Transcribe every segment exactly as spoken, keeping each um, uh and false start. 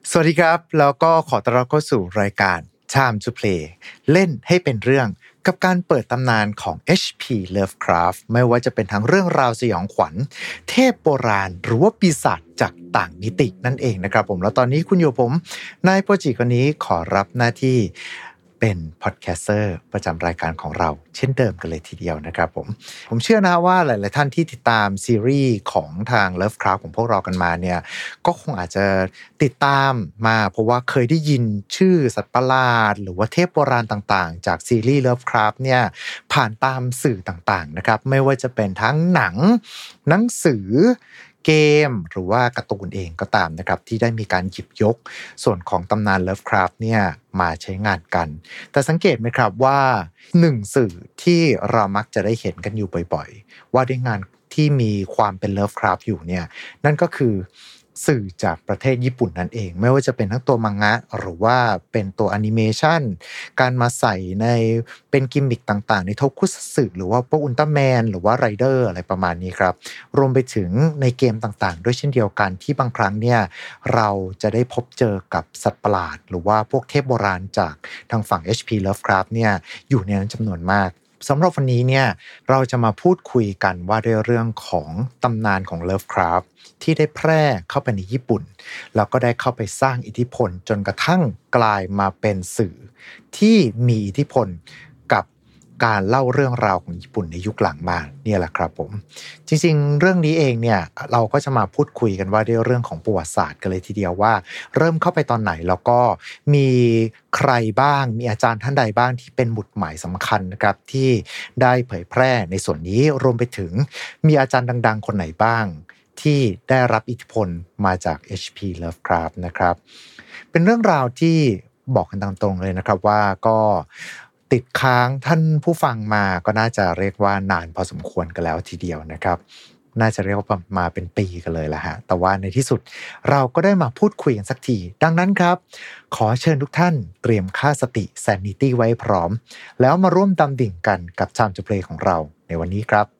สวัสดีครับแล้วก็ขอต้อนรับเข้าสู่รายการ Time to Play เล่นให้เป็นเรื่องกับการเปิดตำนานของ เอช พี Lovecraft ไม่ว่าจะเป็นทั้งเรื่องราวสยองขวัญเทพโบราณหรือว่าปีศาจจากต่างมิตินั่นเองนะครับผมแล้วตอนนี้คุณอยู่ผมนายโปรจิคนนี้ขอรับหน้าที่เป็นพอดแคสเตอร์ประจำรายการของเราเช่นเดิมกันเลยทีเดียวนะครับผมผมเชื่อนะว่าหลายๆท่านที่ติดตามซีรีส์ของทาง Lovecraft ของพวกเรากันมาเนี่ยก็คงอาจจะติดตามมาเพราะว่าเคยได้ยินชื่อสัตว์ประหลาดหรือว่าเทพโบราณต่างๆจากซีรีส์ Lovecraft เนี่ยผ่านตามสื่อต่างๆนะครับไม่ว่าจะเป็นทั้งหนังหนังสือเกมหรือว่าการ์ตูนเองก็ตามนะครับที่ได้มีการหยิบยกส่วนของตำนาน Lovecraft เนี่ยมาใช้งานกันแต่สังเกตไหมครับว่าหนึ่งสื่อที่เรามักจะได้เห็นกันอยู่บ่อยๆว่าด้วยงานที่มีความเป็น Lovecraft อยู่เนี่ยนั่นก็คือสื่อจากประเทศญี่ปุ่นนั่นเองไม่ว่าจะเป็นทั้งตัวมังงะหรือว่าเป็นตัวแอนิเมชันการมาใส่ในเป็นกิมมิคต่างๆในโทคุซัตสึหรือว่าพวกอุลตร้าแมนหรือว่าไรเดอร์อะไรประมาณนี้ครับรวมไปถึงในเกมต่างๆด้วยเช่นเดียวกันที่บางครั้งเนี่ยเราจะได้พบเจอกับสัตว์ประหลาดหรือว่าพวกเทพโบราณจากทางฝั่ง เอช พี Lovecraft เนี่ยอยู่ในนั้นจำนวนมากสำหรับวันนี้เนี่ยเราจะมาพูดคุยกันว่าด้วยเรื่องของตำนานของ Lovecraft ที่ได้แพร่เข้าไปในญี่ปุ่นแล้วก็ได้เข้าไปสร้างอิทธิพลจนกระทั่งกลายมาเป็นสื่อที่มีอิทธิพลกับการเล่าเรื่องราวของญี่ปุ่นในยุคหลังมาเนี่ยแหละครับผมจริงๆเรื่องนี้เองเนี่ยเราก็จะมาพูดคุยกันว่าด้วยเรื่องของประวัติศาสตร์กันเลยทีเดียวว่าเริ่มเข้าไปตอนไหนแล้วก็มีใครบ้างมีอาจารย์ท่านใดบ้างที่เป็นบุตรหมายสำคัญนะครับที่ได้เผยแพร่ในส่วนนี้รวมไปถึงมีอาจารย์ดังๆคนไหนบ้างที่ได้รับอิทธิพลมาจาก เอช พี Lovecraft นะครับเป็นเรื่องราวที่บอกกันตามตรงเลยนะครับว่าก็ติดค้างท่านผู้ฟังมาก็น่าจะเรียกว่านานพอสมควรกันแล้วทีเดียวนะครับน่าจะเรียกว่ามาเป็นปีกันเลยละฮะแต่ว่าในที่สุดเราก็ได้มาพูดคุยกันสักทีดังนั้นครับขอเชิญทุกท่านเตรียมค่าสติ sanity ไว้พร้อมแล้วมาร่วมดำดิ่งกันกับ Time to Play ของเราในวันนี้ครับ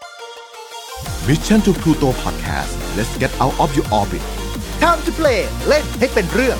Mission to Pluto Podcast Let's get out of your orbit Time to Play เล่นให้เป็นเรื่อง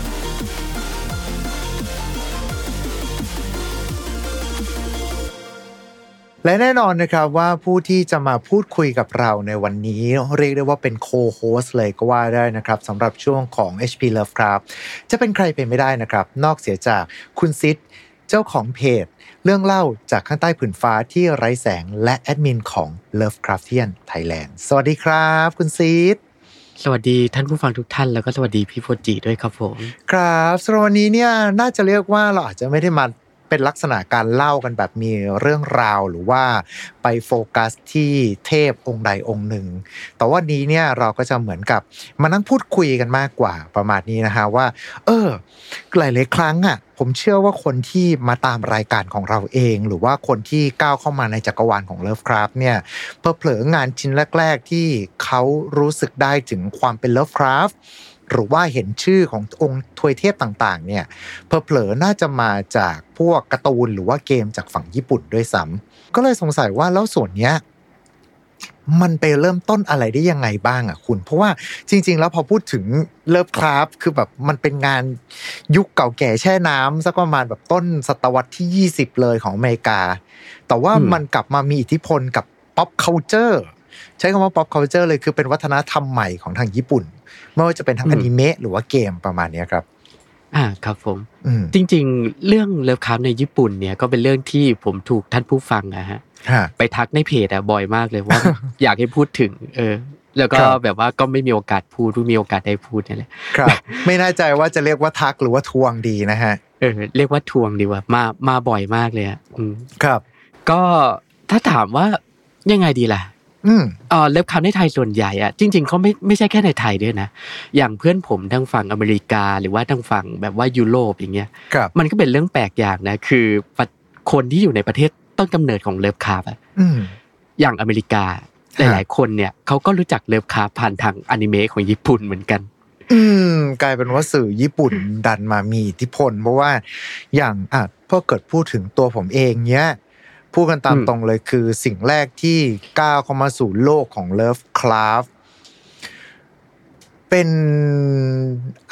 และแน่นอนนะครับว่าผู้ที่จะมาพูดคุยกับเราในวันนี้เรียกได้ว่าเป็นโคโฮสต์เลยก็ว่าได้นะครับสำหรับช่วงของ เอช พี Lovecraft จะเป็นใครไปไม่ได้นะครับนอกเสียจากคุณซิดเจ้าของเพจเรื่องเล่าจากข้างใต้ผืนฟ้าที่ไร้แสงและแอดมินของ Lovecraftian Thailand สวัสดีครับคุณซิดสวัสดีท่านผู้ฟังทุกท่านแล้วก็สวัสดีพี่โฟจิด้วยครับผมครับสำหรับวันนี้เนี่ยน่าจะเรียกว่าเราอาจจะไม่ได้มาเป็นลักษณะการเล่ากันแบบมีเรื่องราวหรือว่าไปโฟกัสที่เทพองค์ใดองค์หนึ่งแต่ว่านี้เนี่ยเราก็จะเหมือนกับมานั่งพูดคุยกันมากกว่าประมาณนี้นะฮะว่าเออหลายๆครั้งอ่ะผมเชื่อว่าคนที่มาตามรายการของเราเองหรือว่าคนที่ก้าวเข้ามาในจักรวาลของ Lovecraft เนี่ยเผลอๆงานชิ้นแรกๆที่เขารู้สึกได้ถึงความเป็น Lovecraftหรือว่าเห็นชื่อขององค์ทวยเทพต่างๆเนี่ยเผลอๆน่าจะมาจากพวกการ์ตูนหรือว่าเกมจากฝั่งญี่ปุ่นด้วยซ้ำก็เลยสงสัยว่าแล้วส่วนเนี้ยมันไปเริ่มต้นอะไรได้ยังไงบ้างอ่ะคุณเพราะว่าจริงๆแล้วพอพูดถึง Lovecraft คือแบบมันเป็นงานยุคเก่าแก่แช่น้ำสักประมาณแบบต้นศตวรรษที่ยี่สิบเลยของอเมริกาแต่ว่ามันกลับมามีอิทธิพลกับ pop culture ใช้คำว่า pop culture เลยคือเป็นวัฒนธรรมใหม่ของทางญี่ปุ่นไม่ว่าจะเป็นทั้งอนิเมะหรือว่าเกมประมาณนี้ครับอ่าครับผมจริงๆเรื่อง Lovecraft ในญี่ปุ่นเนี่ยก็เป็นเรื่องที่ผมถูกท่านผู้ฟังอะฮะไปทักในเพจอะบ่อยมากเลยว่า อยากให้พูดถึงเออแล้วก็แบบว่าก็ไม่มีโอกาสพูดไม่มีโอกาสได้พูดนี่แหละครับไม่แน่ใจว่าจะเรียกว่าทักหรือว่าทวงดีนะฮะเออเรียกว่าทวงดีกว่ามามาบ่อยมากเลยอ่ะอืมครับก็ถ้าถามว่ายังไงดีล่ะอืมเอ่อLovecraftในไทยส่วนใหญ่อ่ะจริงๆเขาไม่ไม่ใช่แค่ในไทยด้วยนะอย่างเพื่อนผมทางฝั่งอเมริกาหรือว่าทางฝั่งแบบว่ายุโรปอย่างเงี้ยมันก็เป็นเรื่องแปลกอย่างนะคือคนที่อยู่ในประเทศต้นกำเนิดของLovecraftอ่ะอย่างอเมริกาหลายๆคนเนี่ยเขาก็รู้จักLovecraftผ่านทางอนิเมะของญี่ปุ่นเหมือนกันอืมกลายเป็นว่าสื่อญี่ปุ่นดันมามีอิทธิพลเพราะว่าอย่างอ่ะพอเกิดพูดถึงตัวผมเองเนี้ยพูดกันตามตรงเลยคือสิ่งแรกที่ก้าวเข้ามาสู่โลกของ Lovecraft เป็นอ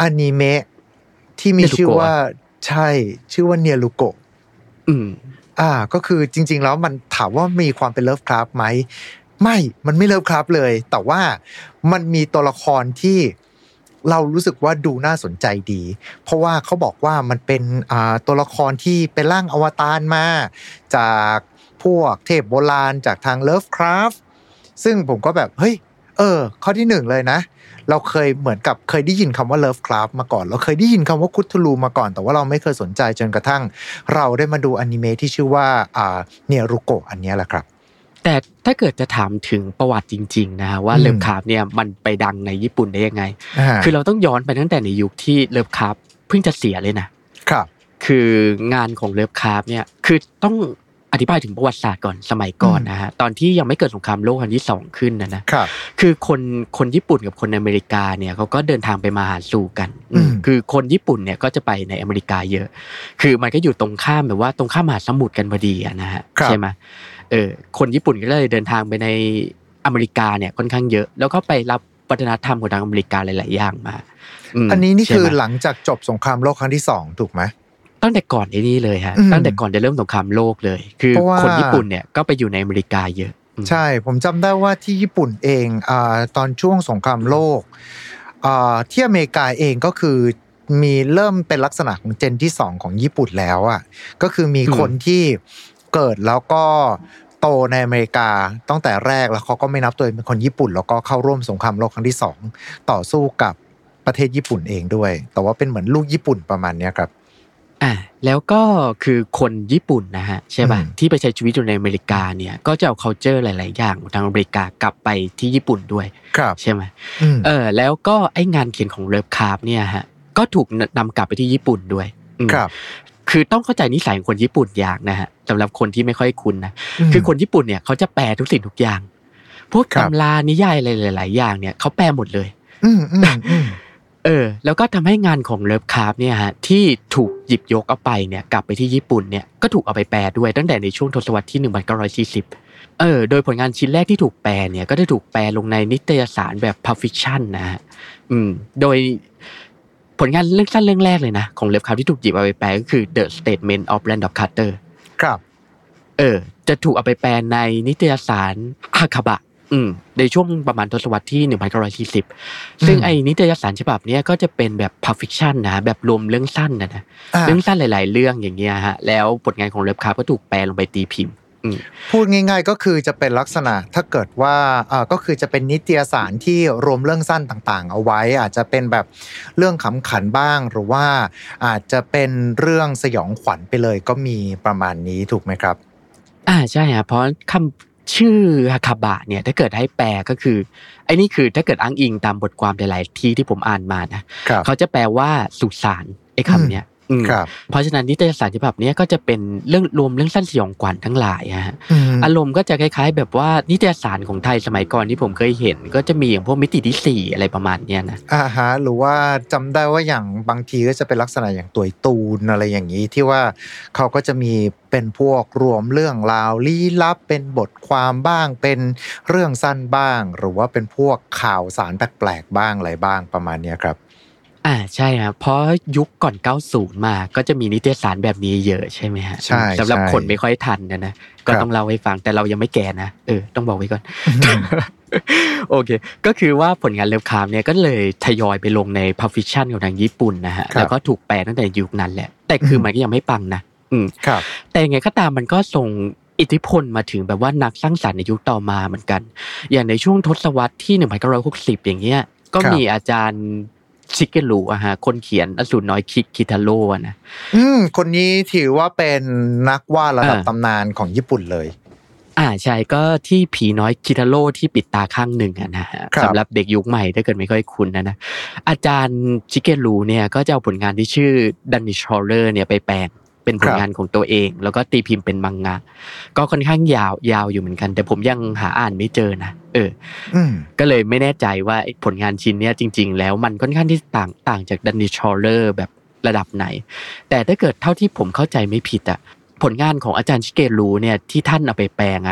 อนิเมะที่มีชื่อว่าใช่ชื่อว่าเนียรุโกะอืมอ่าก็คือจริงๆแล้วมันถามว่ามีความเป็นเลิฟคราฟต์ไหมไม่มันไม่เลิฟคราฟต์เลยแต่ว่ามันมีตัวละครที่เรารู้สึกว่าดูน่าสนใจดีเพราะว่าเขาบอกว่ามันเป็นอ่าตัวละครที่เป็นร่างอวตารมาจากพวกเทพโบราณจากทางเลิฟคราฟต์ซึ่งผมก็แบบเฮ้ยเออข้อที่หนึ่งเลยนะเราเคยเหมือนกับเคยได้ยินคำว่า Lovecraft มาก่อนเราเคยได้ยินคำว่าคุทูลูมาก่อนแต่ว่าเราไม่เคยสนใจจนกระทั่งเราได้มาดูอนิเมะที่ชื่อว่าอ่าเนียรุโกะอันนี้แหละครับแต่ถ้าเกิดจะถามถึงประวัติจริงๆนะฮะว่าเลิฟคราฟต์เนี่ยมันไปดังในญี่ปุ่นได้ยังไงคือเราต้องย้อนไปตั้งแต่ในยุคที่เลิฟคราฟต์เพิ่งจะเสียเลยนะครับคืองานของเลิฟคราฟต์เนี่ยคือต้องอธิบายถึงประวัติศาสตร์ก่อนสมัยก่อนนะฮะตอนที่ยังไม่เกิดสงครามโลกครั้งที่สองขึ้นนะนะครับคือคนคนญี่ปุ่นกับคนอเมริกาเนี่ยเขาก็เดินทางไปมาหาสู่กันคือคนญี่ปุ่นเนี่ยก็จะไปในอเมริกาเยอะคือมันก็อยู่ตรงข้ามแบบว่าตรงข้ามมหาสมุทรกันพอดีนะฮะใช่ไหมเออคนญี่ปุ่นก็เลยเดินทางไปในอเมริกาเนี่ยค่อนข้างเยอะแล้วก็ไปรับวัฒนธรรมของทางอเมริกาหลายๆอย่างมาอันนี้นี่คือหลังจากจบสงครามโลกครั้งที่สองถูกไหมตั้งแต่ก่อนไอ้นี่เลยฮะตั้งแต่ก่อนจะเริ่มสงครามโลกเลยคือคนญี่ปุ่นเนี่ยก็ไปอยู่ในอเมริกาเยอะใช่ผมจำได้ว่าที่ญี่ปุ่นเองอ่าตอนช่วงสงครามโลกอ่าที่อเมริกาเองก็คือมีเริ่มเป็นลักษณะของเจนที่สองของญี่ปุ่นแล้วอ่ะก็คือมีคนที่เกิดแล้วก็โตในอเมริกาตั้งแต่แรกแล้วเขาก็ไม่นับตัวเป็นคนญี่ปุ่นแล้วก็เข้าร่วมสงครามโลกครั้งที่สองต่อสู้กับประเทศญี่ปุ่นเองด้วยแต่ว่าเป็นเหมือนลูกญี่ปุ่นประมาณนี้ครับอ่าแล้วก็คือคนญี่ปุ่นนะฮะใช่ป่ะที่ไปใช้ชีวิตอยู่ในอเมริกาเนี่ยก็จะเอา culture หลายๆอย่างของทางอเมริกากลับไปที่ญี่ปุ่นด้วยใช่ไหมเออแล้วก็ไอ้งานเขียนของเลิฟคราฟต์เนี่ยฮะก็ถูกนำกลับไปที่ญี่ปุ่นด้วยครับคือต้องเข้าใจนิสัยของคนญี่ปุ่นอย่างนะฮะสำหรับคนที่ไม่ค่อยคุ้นนะคือคนญี่ปุ่นเนี่ยเขาจะแปลทุกสิ่งทุกอย่างพวกตำรานิยายอะไรหลายๆอย่างเนี่ยเขาแปลหมดเลยอืมอืมอืมเออแล้วก็ทำให้งานของเลิฟคราฟต์เนี่ยฮะที่ถูกหยิบยกเอาไปเนี่ยกลับไปที่ญี่ปุ่นเนี่ยก็ถูกเอาไปแปลด้วยตั้งแต่ในช่วงทศวรรษที่หนึ่งพันเก้าร้อยสี่สิบเออโดยผลงานชิ้นแรกที่ถูกแปลเนี่ยก็ได้ถูกแปลลงในนิตยสารแบบ Pulp Fiction นะฮะอืมโดยผลงานเรื่องสั้นเรื่องแรกเลยนะของเลิฟคราฟต์ที่ถูกหยิบเอาไปแปลก็คือ The Statement of Randolph Carter ครับเออจะถูกเอาไปแปลในนิตยสารฮาคาบะอืมในช่วงประมาณทศวรรษที่หนึ่งพันเก้าร้อยสี่สิบซึ่งไอ้นิตยสารฉบับนี้ก็จะเป็นแบบ Pulp Fiction นะแบบรวมเรื่องสั้นนะนะเรื่องสั้นหลายๆเรื่องอย่างเงี้ยฮะแล้วผลงานของเลิฟคราฟต์ก็ถูกแปลลงไปตีพิมพ์พูดง่ายๆก็คือจะเป็นลักษณะถ้าเกิดว่าอ่าก็คือจะเป็นนิตยสารที่รวมเรื่องสั้นต่างๆเอาไว้อาจจะเป็นแบบเรื่องขำขันบ้างหรือว่าอาจจะเป็นเรื่องสยองขวัญไปเลยก็มีประมาณนี้ถูกไหมครับอ่าใช่ฮะเพราะคำชื่อฮาคาบะเนี่ยถ้าเกิดให้แปลก็คือไอ้นี่คือถ้าเกิดอ้างอิงตามบทความหลายๆที่ที่ผมอ่านมานะเขาจะแปลว่าสุสานไอ้คำเนี้ยเพราะฉะนั้นนิตยสารฉบับนี้ก็จะเป็นเรื่องรวมเรื่องสั้นสยองขวัญทั้งหลายฮะอารมณ์ก็จะคล้ายๆแบบว่านิตยสารของไทยสมัยก่อนที่ผมเคยเห็นก็จะมีอย่างพวกมิติที่สี่อะไรประมาณนี้นะอ่าฮะหรือว่าจำได้ว่าอย่างบางทีก็จะเป็นลักษณะอย่างตัวตูนอะไรอย่างนี้ที่ว่าเขาก็จะมีเป็นพวกรวมเรื่องราวลี้ลับเป็นบทความบ้างเป็นเรื่องสั้นบ้างหรือว่าเป็นพวกข่าวสารแปลกๆบ้างอะไรบ้างประมาณนี้ครับอ่าใช่ครับเพราะยุคก่อนเก้าสิบมาก็จะมีนิตยสารแบบนี้เยอะใช่ไหมฮะใช่สำหรับคนไม่ค่อยทันนะนะก็ต้องเล่าให้ฟังแต่เรายังไม่แก่นะเออต้องบอกไว้ก่อน โอเคก็คือว่าผลงานเลิฟคราฟต์เนี่ยก็เลยทยอยไปลงใน Pulp Fiction ของทางญี่ปุ่นนะฮะแล้วก็ถูกแปลตั้งแต่ยุคนั้นแหละแต่คือมันก็ยังไม่ปังนะอืมครับแต่ยังไงก็ตามมันก็ส่งอิทธิพลมาถึงแบบว่านักสร้างสรรค์ในยุคต่อมาเหมือนกันอย่างในช่วงทศวรรษที่หนึ่งพันเก้าร้อยหกสิบอย่างเงี้ยก็มีอาจารย์ชิเกรุอะฮะคนเขียนอสูรน้อยคิคิทาโร่นะอืมคนนี้ถือว่าเป็นนักวาดระดับตำนานของญี่ปุ่นเลยอ่าใช่ก็ที่ผีน้อยคิทาโร่ที่ปิดตาข้างหนึ่งอะนะฮะสำหรับเด็กยุคใหม่ถ้าเกิดไม่ค่อยคุ้นนะนะอาจารย์ชิเกรุเนี่ยก็จะเอาผลงานที่ชื่อ Danish Horror เนี่ยไปแปลงเป็นผลงานของตัวเองแล้วก็ตีพิมพ์เป็นมังงะก็ค่อนข้างยาวยาวอยู่เหมือนกันแต่ผมยังหาอ่านไม่เจอนะเออก็เลยไม่แน่ใจว่าผลงานชิ้นเนี้ยจริงๆแล้วมันค่อนข้างที่ต่างต่างจาก Danish Horror แบบระดับไหนแต่ถ้าเกิดเท่าที่ผมเข้าใจไม่ผิดอะผลงานของอาจารย์ชิเกรุเนี่ยที่ท่านเอาไปแปลงอะฮะ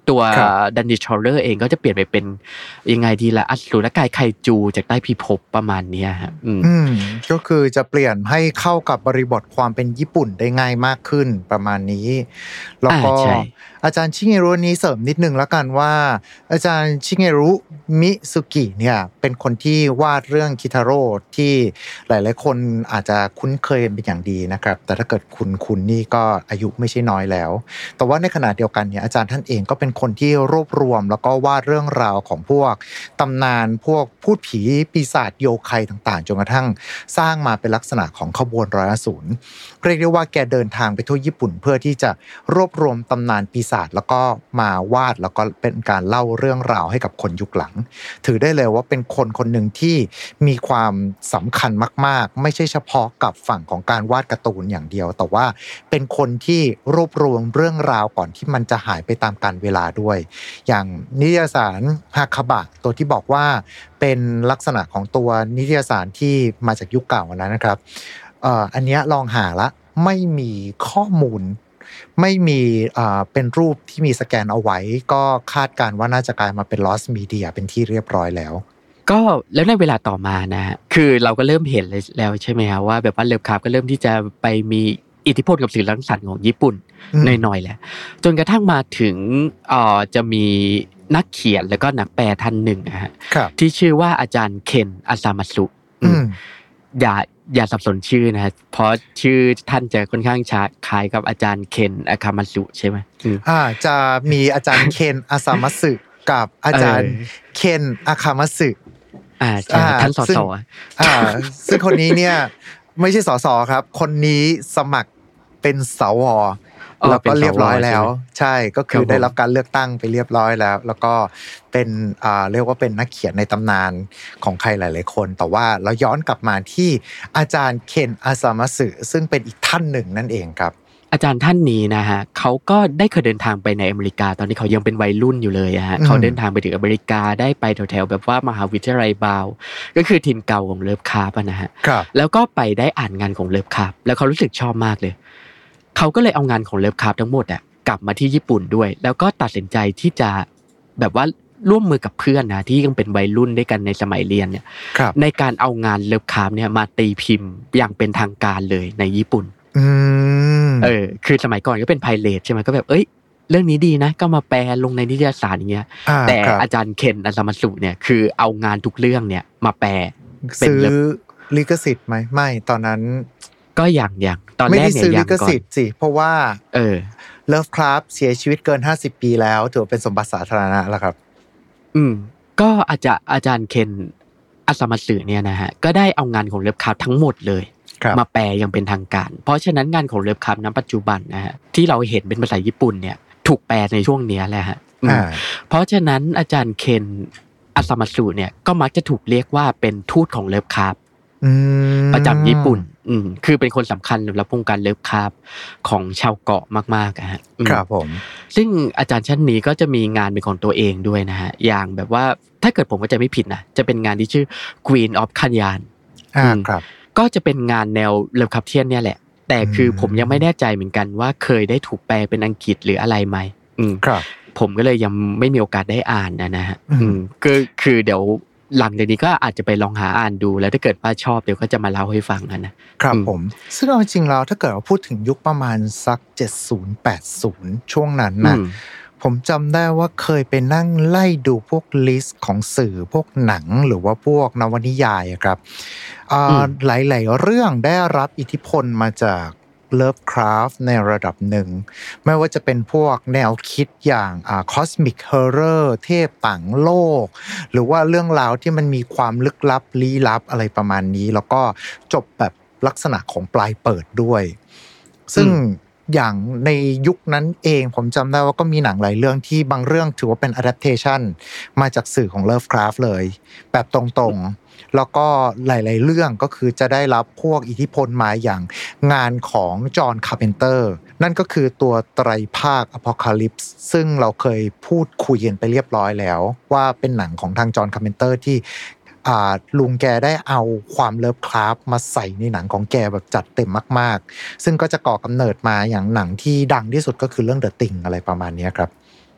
ตัวดันนิชอร์เลอร์เองก็จะเปลี่ยนไปเป็นยังไงดีล่ะอสูรกายไคจูจากใต้พิภพประมาณเนี้ยครับอืมอืมก็คือจะเปลี่ยนให้เข้ากับบริบทความเป็นญี่ปุ่นได้ง่ายมากขึ้นประมาณนี้แล้วก็อาจารย์ชิเงรุนี้เสริมนิดนึงแล้วกันว่าอาจารย์ชิเงรุมิซุกิเนี่ยเป็นคนที่วาดเรื่องคิทาโร่ที่หลายๆคนอาจจะคุ้นเคยเป็นอย่างดีนะครับแต่ถ้าเกิดคุณคุณนี่ก็อายุไม่ใช่น้อยแล้วแต่ว่าในขณะเดียวกันเนี่ยอาจารย์ท่านเองก็เป็นคนที่รวบรวมแล้วก็วาดเรื่องราวของพวกตำนานพวกพูดผีปีศาจโยไคต่างๆจนกระทั่งสร้างมาเป็นลักษณะของขบวนร้อยอสูรเรียกได้ว่าแกเดินทางไปทั่วญี่ปุ่นเพื่อที่จะรวบรวมตำนานปีศาจแล้วก็มาวาดแล้วก็เป็นการเล่าเรื่องราวให้กับคนยุคหลังถือได้เลยว่าเป็นคนคนหนึ่งที่มีความสำคัญมากๆไม่ใช่เฉพาะกับฝั่งของการวาดการ์ตูนอย่างเดียวแต่ว่าเป็นคนที่รวบรวมเรื่องราวก่อนที่มันจะหายไปตามกาลเวลาด้วยอย่างนิตยสารฮาคาบะตัวที่บอกว่าเป็นลักษณะของตัวนิตยสารที่มาจากยุคเก่านั้นนะครับเอ่ออันเนี้ยลองหาละไม่มีข้อมูลไม่มีอ่าเป็นรูปที่มีสแกนเอาไว้ก็คาดการณ์ว่าน่าจะกลายมาเป็น lost media เป็นที่เรียบร้อยแล้วก็แล้วในเวลาต่อมานะฮะคือเราก็เริ่มเห็นแล้วใช่ไหมครับว่าแบบว่าเลิฟคราฟต์ก็เริ่มที่จะไปมีอิทธิพลกับสื่อรังสรรค์ของญี่ปุ่นหน่อยๆแหละจนกระทั่งมาถึงเอ่อจะมีนักเขียนแล้วก็นักแปลท่านหนึ่งนะฮะที่ชื่อว่าอาจารย์เคนอาซามัสุอย่าอย่าสับสนชื่อนะเพราะชื่อท่านจะค่อนข้างช้าคล้ายกับอาจารย์เคนอาคามัสุใช่ไหมอ่าจะมีอาจารย์เคนอาซามัสึกับอาจารย์เคนอาคามัสึอ่าใช่ท่านสสอ่าซึ่งคนนี้เนี่ยไม่ใช่สสครับคนนี้สมัครเป็นสวแล้วก็เรียบร้อยแล้วใช่ก็คือได้รับการเลือกตั้งไปเรียบร้อยแล้วแล้วก็เป็นอ่าเรียกว่าเป็นนักเขียนในตำนานของใครหลายๆคนแต่ว่าเราย้อนกลับมาที่อาจารย์เคนอาซามัสึซึ่งเป็นอีกท่านหนึ่งนั่นเองครับอาจารย์ท่านนี้นะฮะเขาก็ได้เคยเดินทางไปในอเมริกาตอนที่เขายังเป็นวัยรุ่นอยู่เลยฮะเขาเดินทางไปถึงอเมริกาได้ไปแถวๆแบบว่ามหาวิทยาลัยบาวก็คือถิ่นเก่าของเลิฟคราฟต์นะฮะแล้วก็ไปได้อ่านงานของเลิฟคราฟต์แล้วเขารู้สึกชอบมากเลยเขาก็เลยเอางานของเลิฟคราฟต์ทั้งหมดอ่ะกลับมาที่ญี่ปุ่นด้วยแล้วก็ตัดสินใจที่จะแบบว่าร่วมมือกับเพื่อนนะที่ยังเป็นวัยรุ่นด้วยกันในสมัยเรียนเนี่ยในการเอางานเลิฟคราฟต์เนี่ยมาตีพิมพ์อย่างเป็นทางการเลยในญี่ปุ่นเออคือสมัยก่อนก็เป็นไพเรตใช่ไหมก็แบบเอ้ยเรื่องนี้ดีนะก็มาแปลลงในนิตยสารอย่างเงี้ยแต่อาจารย์เคนอาซามัสุเนี่ยคือเอางานทุกเรื่องเนี่ยมาแปลเป็นซื้อลิขสิทธิ์ไหมไม่ตอนนั้นก็อย่างอย่างตอนแรกเนี่ยยังก่อนไม่ได้ซื้อลิขสิทธิ์สิเพราะว่าเออเลิฟคราฟต์เสียชีวิตเกินห้าสิบปีแล้วถือเป็นสมบัติสาธารณะแล้วครับอืมก็อาจารย์อาจารย์เคนอาซามัสึเนี่ยนะฮะก็ได้เอางานของเลิฟคราฟต์ทั้งหมดเลยมาแปลอย่างเป็นทางการเพราะฉะนั้นงานของเลิฟคราฟต์ณปัจจุบันนะฮะที่เราเห็นเป็นภาษาญี่ปุ่นเนี่ยถูกแปลในช่วงนี้แหละฮะเพราะฉะนั้นอาจารย์เคนอาซามัสึเนี่ยก็มักจะถูกเรียกว่าเป็นทูตของเลิฟคราฟต์ประจำญี่ปุ่นอืมคือเป็นคนสำคัญสำหรับวงการเลิฟคราฟต์ของชาวเกาะมากๆอ่ะฮะครับผมซึ่งอาจารย์ชั้นนี้ก็จะมีงานเป็นของตัวเองด้วยนะฮะอย่างแบบว่าถ้าเกิดผมก็จะไม่ผิดนะจะเป็นงานที่ชื่อ Queen of Kanyan อ่าครับก็จะเป็นงานแนวเลิฟคราฟเทียนเนี่ยแหละแต่คือผมยังไม่แน่ใจเหมือนกันว่าเคยได้ถูกแปลเป็นอังกฤษหรืออะไรไหมอืมครับผมก็เลยยังไม่มีโอกาสได้อ่านนะนะฮะอืมก็คือเดี๋ยวหลังจากนี้ก็อาจจะไปลองหาอ่านดูแล้วถ้าเกิดว่าชอบเดี๋ยวก็จะมาเล่าให้ฟังนะครับผมซึ่งเอาจริงแล้วถ้าเกิดว่าพูดถึงยุคประมาณสักเจ็ดสิบ แปดสิบช่วงนั้นน่ะผมจำได้ว่าเคยไปนั่งไล่ดูพวกลิสต์ของสื่อพวกหนังหรือว่าพวกนวนิยายครับหลายๆเรื่องได้รับอิทธิพลมาจาก Lovecraft ในระดับหนึ่งไม่ว่าจะเป็นพวกแนวคิดอย่างอ่า Cosmic Horror เทพต่างโลกหรือว่าเรื่องราวที่มันมีความลึกลับลี้ลับอะไรประมาณนี้แล้วก็จบแบบลักษณะของปลายเปิดด้วยซึ่งอย่างในยุคนั้นเองผมจำได้ว่าก็มีหนังหลายเรื่องที่บางเรื่องถือว่าเป็น adaptation มาจากสื่อของ Lovecraft เลยแบบตรงๆแล้วก็หลายๆเรื่องก็คือจะได้รับพวกอิทธิพลมาอย่างงานของจอห์นคาร์เพนเตอร์นั่นก็คือตัวไตรภาค Apocalypse ซึ่งเราเคยพูดคุยกันไปเรียบร้อยแล้วว่าเป็นหนังของทางจอห์นคาร์เพนเตอร์ที่อ่าลุงแกได้เอาความเลิฟคราฟต์มาใส่ในหนังของแกแบบจัดเต็มมากๆซึ่งก็จะก่อกำเนิดมาอย่างหนังที่ดังที่สุดก็คือเรื่อง The Thing อะไรประมาณนี้ครับอ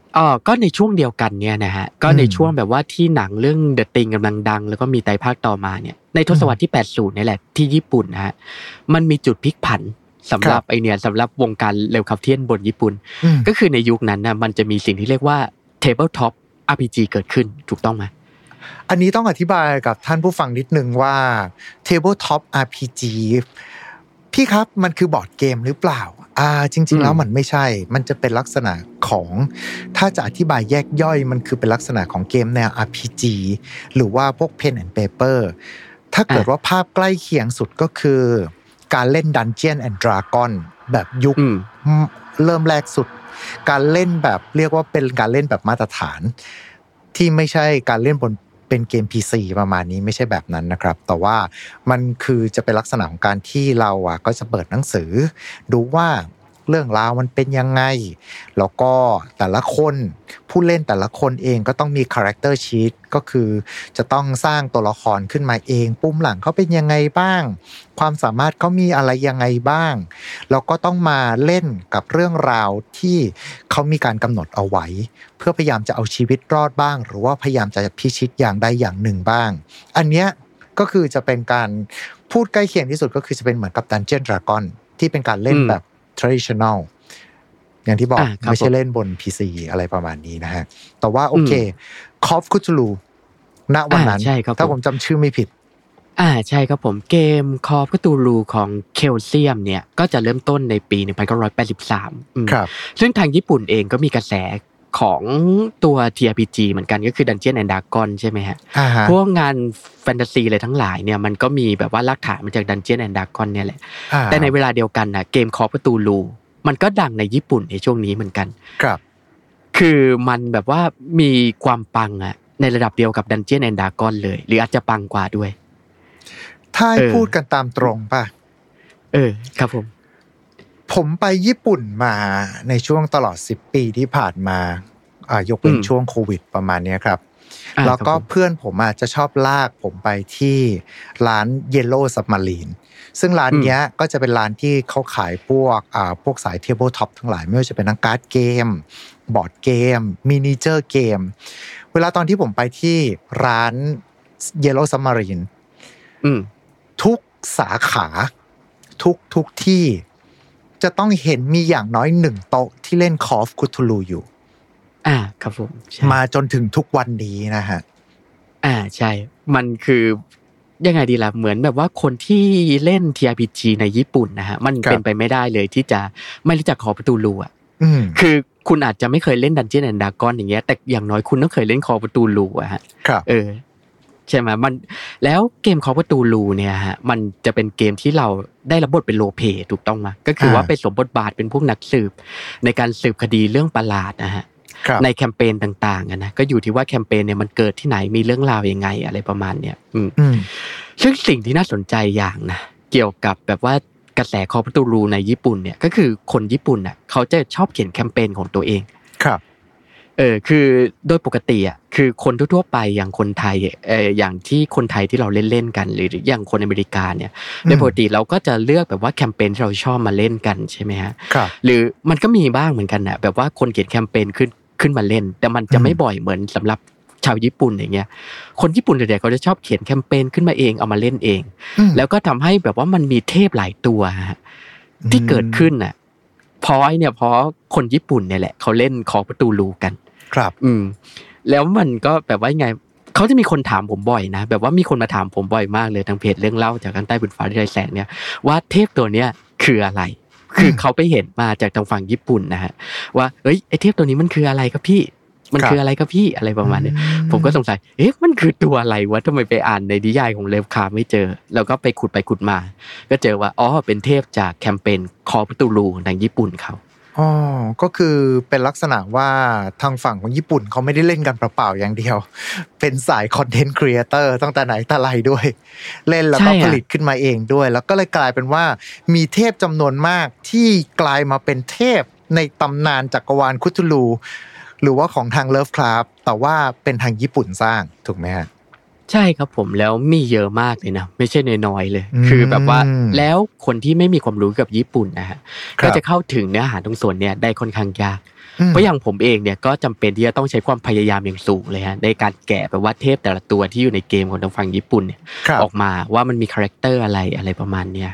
อ๋อก็ในช่วงเดียวกันเนี่ยนะฮะก็ในช่วงแบบว่าที่หนังเรื่อง The Thing กำลังดังแล้วก็มีไตรภาคต่อมาเนี่ยในทศวรรษที่แปดสิบนี่แหละที่ญี่ปุ่นนะฮะมันมีจุดพลิกผันสำหรับไอเนี่ยสำหรับวงการเร็วขับเทียนบนญี่ปุ่นก็คือในยุคนั้นนะมันจะมีสิ่งที่เรียกว่า Tabletop อาร์ พี จี เกิดขึ้นถูกต้องไหมอันนี้ต้องอธิบายกับท่านผู้ฟังนิดนึงว่า Tabletop อาร์ พี จี พี่ครับมันคือบอร์ดเกมหรือเปล่าอ่าจริงๆแล้วมันไม่ใช่มันจะเป็นลักษณะของถ้าจะอธิบายแยกย่อยมันคือเป็นลักษณะของเกมแนว อาร์ พี จี หรือว่าพวก Pen and Paper ถ้าเกิดว่าภาพใกล้เคียงสุดก็คือการเล่น Dungeon and Dragon แบบยุคเริ่มแรกสุดการเล่นแบบเรียกว่าเป็นการเล่นแบบมาตรฐานที่ไม่ใช่การเล่นบนเป็นเกม พี ซี ประมาณนี้ไม่ใช่แบบนั้นนะครับแต่ว่ามันคือจะเป็นลักษณะของการที่เราอ่ะก็จะเปิดหนังสือดูว่าเรื่องราวมันเป็นยังไงแล้วก็แต่ละคนผู้เล่นแต่ละคนเองก็ต้องมี character sheet ก็คือจะต้องสร้างตัวละครขึ้นมาเองปุ่มหลังเขาเป็นยังไงบ้างความสามารถเขามีอะไรยังไงบ้างแล้วก็ต้องมาเล่นกับเรื่องราวที่เขามีการกำหนดเอาไว้เพื่อพยายามจะเอาชีวิตรอดบ้างหรือว่าพยายามจะพิชิตอย่างใดอย่างหนึ่งบ้างอันเนี้ยก็คือจะเป็นการพูดใกล้เคียงที่สุดก็คือจะเป็นเหมือนกับ Dungeon Dragon ที่เป็นการเล่นแบบtraditional อย่างที่บอกไม่ใช่เล่นบน พี ซี อะไรประมาณนี้นะฮะแต่ว่าโอเค Call of Cthulhu ณวันนั้นถ้าผมจำชื่อไม่ผิดอ่าใช่ครับผมเกม Call of Cthulhu ของ Chaosium เนี่ยก็จะเริ่มต้นในปีหนึ่งพันเก้าร้อยแปดสิบสามครับซึ่งทางญี่ปุ่นเองก็มีกระแสของตัว ที อาร์ พี จี เหมือนกันก็คือ Dungeon and Dragon ใช่ไหมฮะพวกงานแฟนตาซีอะไรทั้งหลายเนี่ยมันก็มีแบบว่ารากฐานมาจาก Dungeon and Dragon เนี่ยแหละแต่ในเวลาเดียวกันนะเกม Call of Cthulhu มันก็ดังในญี่ปุ่นในช่วงนี้เหมือนกันครับคือมันแบบว่ามีความปังอะในระดับเดียวกับ Dungeon and Dragon เลยหรืออาจจะปังกว่าด้วยถ้าให้พูดกันตามตรงป่ะเออครับผมผมไปญี่ปุ่นมาในช่วงตลอดสิบปีที่ผ่านมาอ่ายกเว้นช่วงโควิดประมาณนี้ครับแล้วก็เพื่อนผมอาจจะชอบลากผมไปที่ร้าน Yellow Submarine ซึ่งร้านเนี้ยก็จะเป็นร้านที่เขาขายพวกอ่าพวกสาย Tabletop ทั้งหลายไม่ว่าจะเป็นทั้งการ์ดเกมบอร์ดเกมมินิเจอร์เกมเวลาตอนที่ผมไปที่ร้าน Yellow Submarine อืมทุกสาขาทุกทุกที่จะต้องเห็นมีอย่างน้อยหนึ่งโต๊ะที่เล่น Call of Cthulhu อยู่อ่าครับผมมาจนถึงทุกวันนี้นะฮะอ่าใช่มันคือยังไงดีล่ะเหมือนแบบว่าคนที่เล่น ที อาร์ พี จี ในญี่ปุ่นนะฮะมันเป็นไปไม่ได้เลยที่จะไม่รู้จัก Call of Cthulhu อ่ะคือคุณอาจจะไม่เคยเล่น Dungeon and Dragon อย่างเงี้ยแต่อย่างน้อยคุณต้องเคยเล่น Call of Cthulhu อ่ะฮะเออใช่ไหมมันแล้วเกม Call of Cthulhu เนี่ยฮะมันจะเป็นเกมที่เราได้รับบทเป็นโรลเพลย์ถูกต้องมั้ยก็คือว่าไปสวมบทบาทเป็นพวกนักสืบในการสืบคดีเรื่องประหลาดนะฮะในแคมเปญต่างๆนะก็อยู่ที่ว่าแคมเปญเนี่ยมันเกิดที่ไหนมีเรื่องราวยังไงอะไรประมาณเนี้ยอืมซึ่งสิ่งที่น่าสนใจอย่างนะเกี่ยวกับแบบว่ากระแส Call of Cthulhu ในญี่ปุ่นเนี่ยก็คือคนญี่ปุ่นน่ะเขาจะชอบเขียนแคมเปญของตัวเองครับเออคือโดยปกติอ่ะคือคนทั่วๆไปอย่างคนไทยเอออย่างที่คนไทยที่เราเล่นๆกันหรืออย่างคนอเมริกาเนี่ยโดยปกติเราก็จะเลือกแบบว่าแคมเปญที่เราชอบมาเล่นกันใช่ไหมฮะหรือมันก็มีบ้างเหมือนกันนะแบบว่าคนเขียนแคมเปญขึ้นขึ้นมาเล่นแต่มันจะไม่บ่อยเหมือนสำหรับชาวญี่ปุ่นอย่างเงี้ยคนญี่ปุ่นส่วนใหญ่เขาจะชอบเขียนแคมเปญขึ้นมาเองเอามาเล่นเองแล้วก็ทำให้แบบว่ามันมีเทพหลายตัวที่เกิดขึ้นน่ะเพราะไอ้เนี่ยเพราะคนญี่ปุ่นเนี่ยแหละเขาเล่นCall of Cthulhuกันครับอืมแล้วมันก็แบบว่าไงเขาจะมีคนถามผมบ่อยนะแบบว่ามีคนมาถามผมบ่อยมากเลยทางเพจเรื่องเล่าจากกันใต้บนฟ้าที่ไรแสงเนี่ยว่าเทพตัวเนี้ยคืออะไรคือเขาไปเห็นมาจากทางฝั่งญี่ปุ่นนะฮะว่าเอ้ยไอ้เทพตัวนี้มันคืออะไรครับพี่มันคืออะไรครับพี่อะไรประมาณนี้ผมก็สงสัยเอ๊ะมันคือตัวอะไรวะทำไมไปอ่านในนิยายของเลฟคาร์ไม่เจอแล้วก็ไปขุดไปขุดมาก็เจอว่าอ๋อเป็นเทพจากแคมเปญCall of Cthulhuทางญี่ปุ่นเขาอ๋อก็คือเป็นลักษณะว่าทางฝั่งของญี่ปุ่นเขาไม่ได้เล่นกันเปล่าๆอย่างเดียวเป็นสายคอนเทนต์ครีเอเตอร์ตั้งแต่ไหนแต่ไรด้วยเล่นแล้วก็ผลิตขึ้นมาเองด้วยแล้วก็เลยกลายเป็นว่ามีเทพจำนวนมากที่กลายมาเป็นเทพในตำนานจักรวาลคุทูลูหรือว่าของทางเลิฟคราฟแต่ว่าเป็นทางญี่ปุ่นสร้างถูกไหมฮะใช่ครับผมแล้วมีเยอะมากเลยนะไม่ใช่น้อยๆเลยคือแบบว่าแล้วคนที่ไม่มีความรู้กับญี่ปุ่นนะฮะก็จะเข้าถึงเนื้อหาตรงส่วนเนี้ยได้ค่อนข้างยากเพราะอย่างผมเองเนี่ยก็จำเป็นที่จะต้องใช้ความพยายามอย่างสูงเลยฮะในการแกะแบบว่าเทพแต่ละตัวที่อยู่ในเกมของทางฝั่งญี่ปุ่นเนี่ยออกมาว่ามันมีคาแรคเตอร์อะไรอะไรประมาณเนี้ย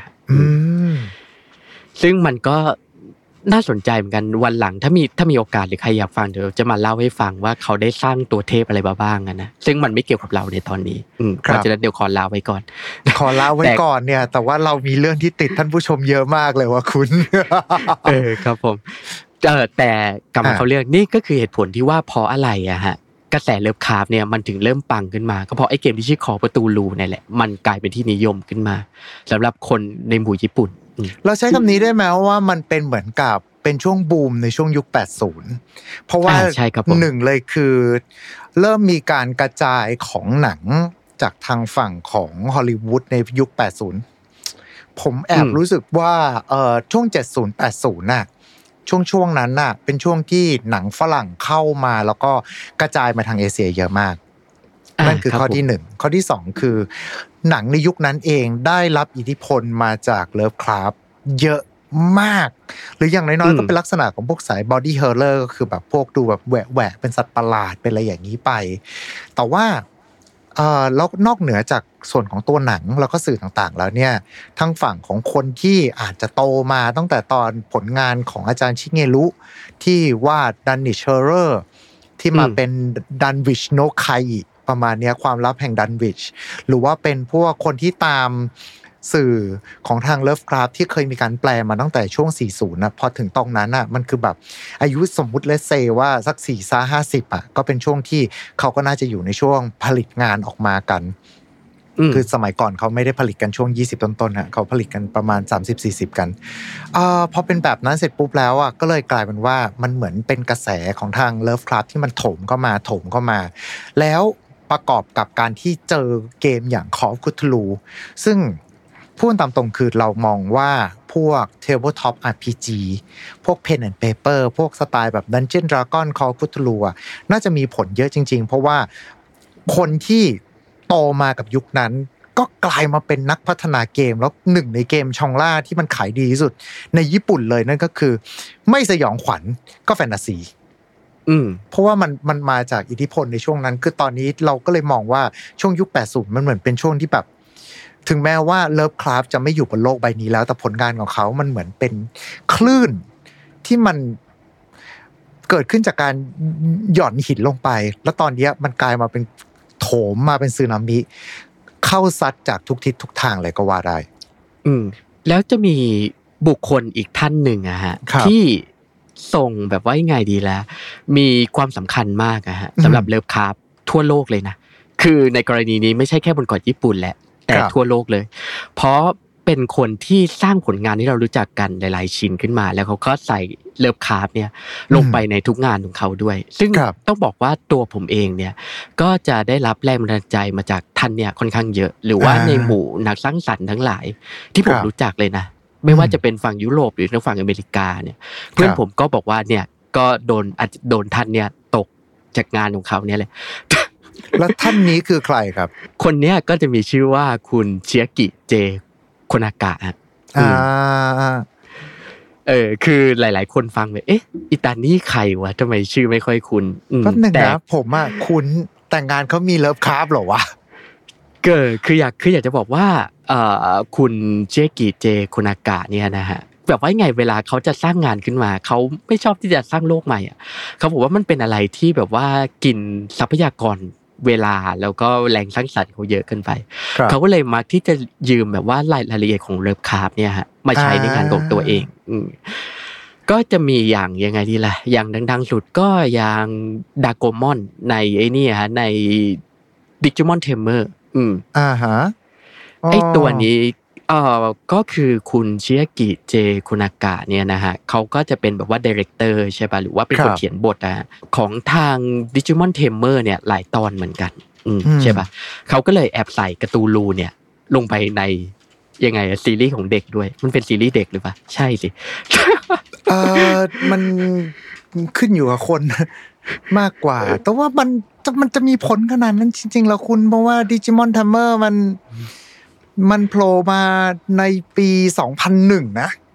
ซึ่งมันก็น่าสนใจเหมือนกันวันหลังถ้ามีถ้ามีโอกาสหรือใครอยากฟังเดี๋ยวจะมาเล่าให้ฟังว่าเขาได้สร้างตัวเทพอะไรมาบ้างนะซึ่งมันไม่เกี่ยวกับเราในตอนนี้อืมเพราะฉะนั้นเดี๋ยวขอลาไว้ก่อนขอลาไว้ก่อนเนี่ยแต่ว่าเรามีเรื่องที่ติดท่านผู้ชมเยอะมากเลยว่าคุณเออครับผมเออแต่กลับมาเขาเรื่องนี่ก็คือเหตุผลที่ว่าเพราะอะไรอะฮะกระแสเลิฟคราฟเนี่ยมันถึงเริ่มปังขึ้นมาก็เพราะไอ้เกมที่ชื่อคอประตูรูนี่แหละมันกลายเป็นที่นิยมขึ้นมาสำหรับคนในหมู่ญี่ปุ่นเราใช้คำนี้ได้ไหมว่ามันเป็นเหมือนกับเป็นช่วงบูมในช่วงยุคแปดสิบเพราะว่าหนึ่งเลยคือเริ่มมีการกระจายของหนังจากทางฝั่งของฮอลลีวูดในยุคแปดสิบผมแอบรู้สึกว่าเอ่อช่วงเจ็ดสิบ แปดสิบน่ะช่วงช่วงนั้นน่ะเป็นช่วงที่หนังฝรั่งเข้ามาแล้วก็กระจายมาทางเอเชียเยอะมากนั่นคือข้อที่หนึ่งข้อที่สองคือหนังในยุคนั้นเองได้รับอิทธิพลมาจากเลิฟคราฟเยอะมากหรืออย่างน้อยๆก็เป็นลักษณะของพวกสายบอดี้เฮอร์เลอร์ก็คือแบบพวกดูแบบแหวะๆเป็นสัตว์ประหลาดเป็นอะไรอย่างนี้ไปแต่ว่าเอ่อแล้วนอกเหนือจากส่วนของตัวหนังแล้วก็สื่อต่างๆแล้วเนี่ยทั้งฝั่งของคนที่อาจจะโตมาตั้งแต่ตอนผลงานของอาจารย์ชิเงรุที่วาดดันนิชเชอร์ที่มาเป็นดันวิชโนไคประมาณนี้ความลับแห่งดันวิชหรือว่าเป็นพวกคนที่ตามสื่อของทางเลิฟคราฟที่เคยมีการแปลมาตั้งแต่ช่วงสี่สิบนะพอถึงตรงนั้นน่ะมันคือแบบอายุสมมุติเลสเซว่าสักสี่ถึงห้าสิบอ่ะก็เป็นช่วงที่เขาก็น่าจะอยู่ในช่วงผลิตงานออกมากันคือสมัยก่อนเขาไม่ได้ผลิตกันช่วงยี่สิบต้นๆฮะเขาผลิตกันประมาณสามสิบ สี่สิบกันเอ่อพอเป็นแบบนั้นเสร็จปุ๊บแล้วอ่ะก็เลยกลายเป็นว่ามันเหมือนเป็นกระแสของทางเลิฟคราฟที่มันโถมเข้ามาโถมเข้ามาแล้วประกอบกับการที่เจอเกมอย่าง Call of Cthulhu ซึ่งพูดตามตรงคือเรามองว่าพวก Tabletop อาร์ พี จี พวก Pen and Paper พวกสไตล์แบบ Dungeon Dragon Call of Cthulhu อ่ะน่าจะมีผลเยอะจริงๆเพราะว่าคนที่โตมากับยุคนั้นก็กลายมาเป็นนักพัฒนาเกมแล้วหนึ่งในเกมชองล่าที่มันขายดีที่สุดในญี่ปุ่นเลยนั่นก็คือไม่สยองขวัญก็แฟนตาซีอืมเพราะว่ามันมันมาจากอิทธิพลในช่วงนั้นคือตอนนี้เราก็เลยมองว่าช่วงยุคแปดสิบมันเหมือนเป็นช่วงที่แบบถึงแม้ว่าเลิฟคราฟจะไม่อยู่บนโลกใบนี้แล้วแต่ผลงานของเขามันเหมือนเป็นคลื่นที่มันเกิดขึ้นจากการหย่อนหินลงไปแล้วตอนนี้มันกลายมาเป็นโถมมาเป็นสึนามิเข้าซัดจากทุกทิศทุกทางเลยก็ว่าได้อืมแล้วจะมีบุคคลอีกท่านหนึ่งอะฮะที่ส่งแบบว่ายังไงดีแล้วมีความสำคัญมากอะฮะสำหรับเลิฟคราฟทั่วโลกเลยนะคือในกรณีนี้ไม่ใช่แค่บนเกาะญี่ปุ่นแหละแต่ทั่วโลกเลยเพราะเป็นคนที่สร้างผลงานที่เรารู้จักกันหลายๆชิ้นขึ้นมาแล้วเขาก็ใส่เลิฟคราฟเนี่ยลงไปในทุกงานของเขาด้วยซึ่งต้องบอกว่าตัวผมเองเนี่ยก็จะได้รับแรงบันดาลใจมาจากท่านเนี่ยค่อนข้างเยอะหรือว่าในหมู่นักสร้างสรรค์ทั้งหลายที่ผมรู้จักเลยนะไม่ว่าจะเป็นฝั่งยุโรปหรือทางฝั่งอเมริกาเนี่ยเพื่อนผมก็บอกว่าเนี่ยก็โดนโดนท่านเนี่ยตกจากงานของเขาเนี่ยแหละแล้วท่านนี้คือใครครับคนเนี้ยก็จะมีชื่อว่าคุณเชียกิเจโคนากะอ่าเออคือหลายๆคนฟังแบบเอ๊ะอิตานี่ใครวะทำไมชื่อไม่ค่อยคุ้นก็หนึ่งนะผมอ่ะคุ้นแต่งงานเขามีเลิฟคราฟเหรอวะเกิดคืออยากคืออยากจะบอกว่าเอ่อคุณเชียกิเจโคนากะเนี่ยนะฮะแบบว่าไงเวลาเขาจะสร้างงานขึ้นมาเขาไม่ชอบที่จะสร้างโลกใหม่อ่ะเขาบอกว่ามันเป็นอะไรที่แบบว่ากินทรัพยากรเวลาแล้วก็แรงสร้างสรรค์เขาเยอะเกินไปเขาก็เลยมักที่จะยืมแบบว่ารายละเอียดของเลิฟคราฟเนี่ยฮะมาใช้ในงานของตัวเองก็จะมีอย่างยังไงดีล่ะอย่างดังๆสุดก็อย่างดาโกมอนในไอ้นี่ฮะในดิจิมอนเทมเมอร์อืมอ่าฮะไอ้ตัวนี้เอ่อก็คือคุณเชียกิเจโคนากะเนี่ยนะฮะเขาก็จะเป็นแบบว่าไดเรคเตอร์ใช่ป่ะหรือว่าเป็นคนเขียนบทนะของทาง Digimon Tamer เนี่ยหลายตอนเหมือนกันอืมใช่ป่ะเขาก็เลยแอบใส่การ์ตูนลูเนี่ยลงไปในยังไงซีรีส์ของเด็กด้วยมันเป็นซีรีส์เด็กหรือเปล่าใช่สิเอ่อมันขึ้นอยู่กับคนมากกว่าแต่ว่ามันมันจะมีผลขนาดนั้นจริงๆแล้วคุณเพราะว่า Digimon Tamer มันมันโผล่มาในปีสองพันหนึ่งนะ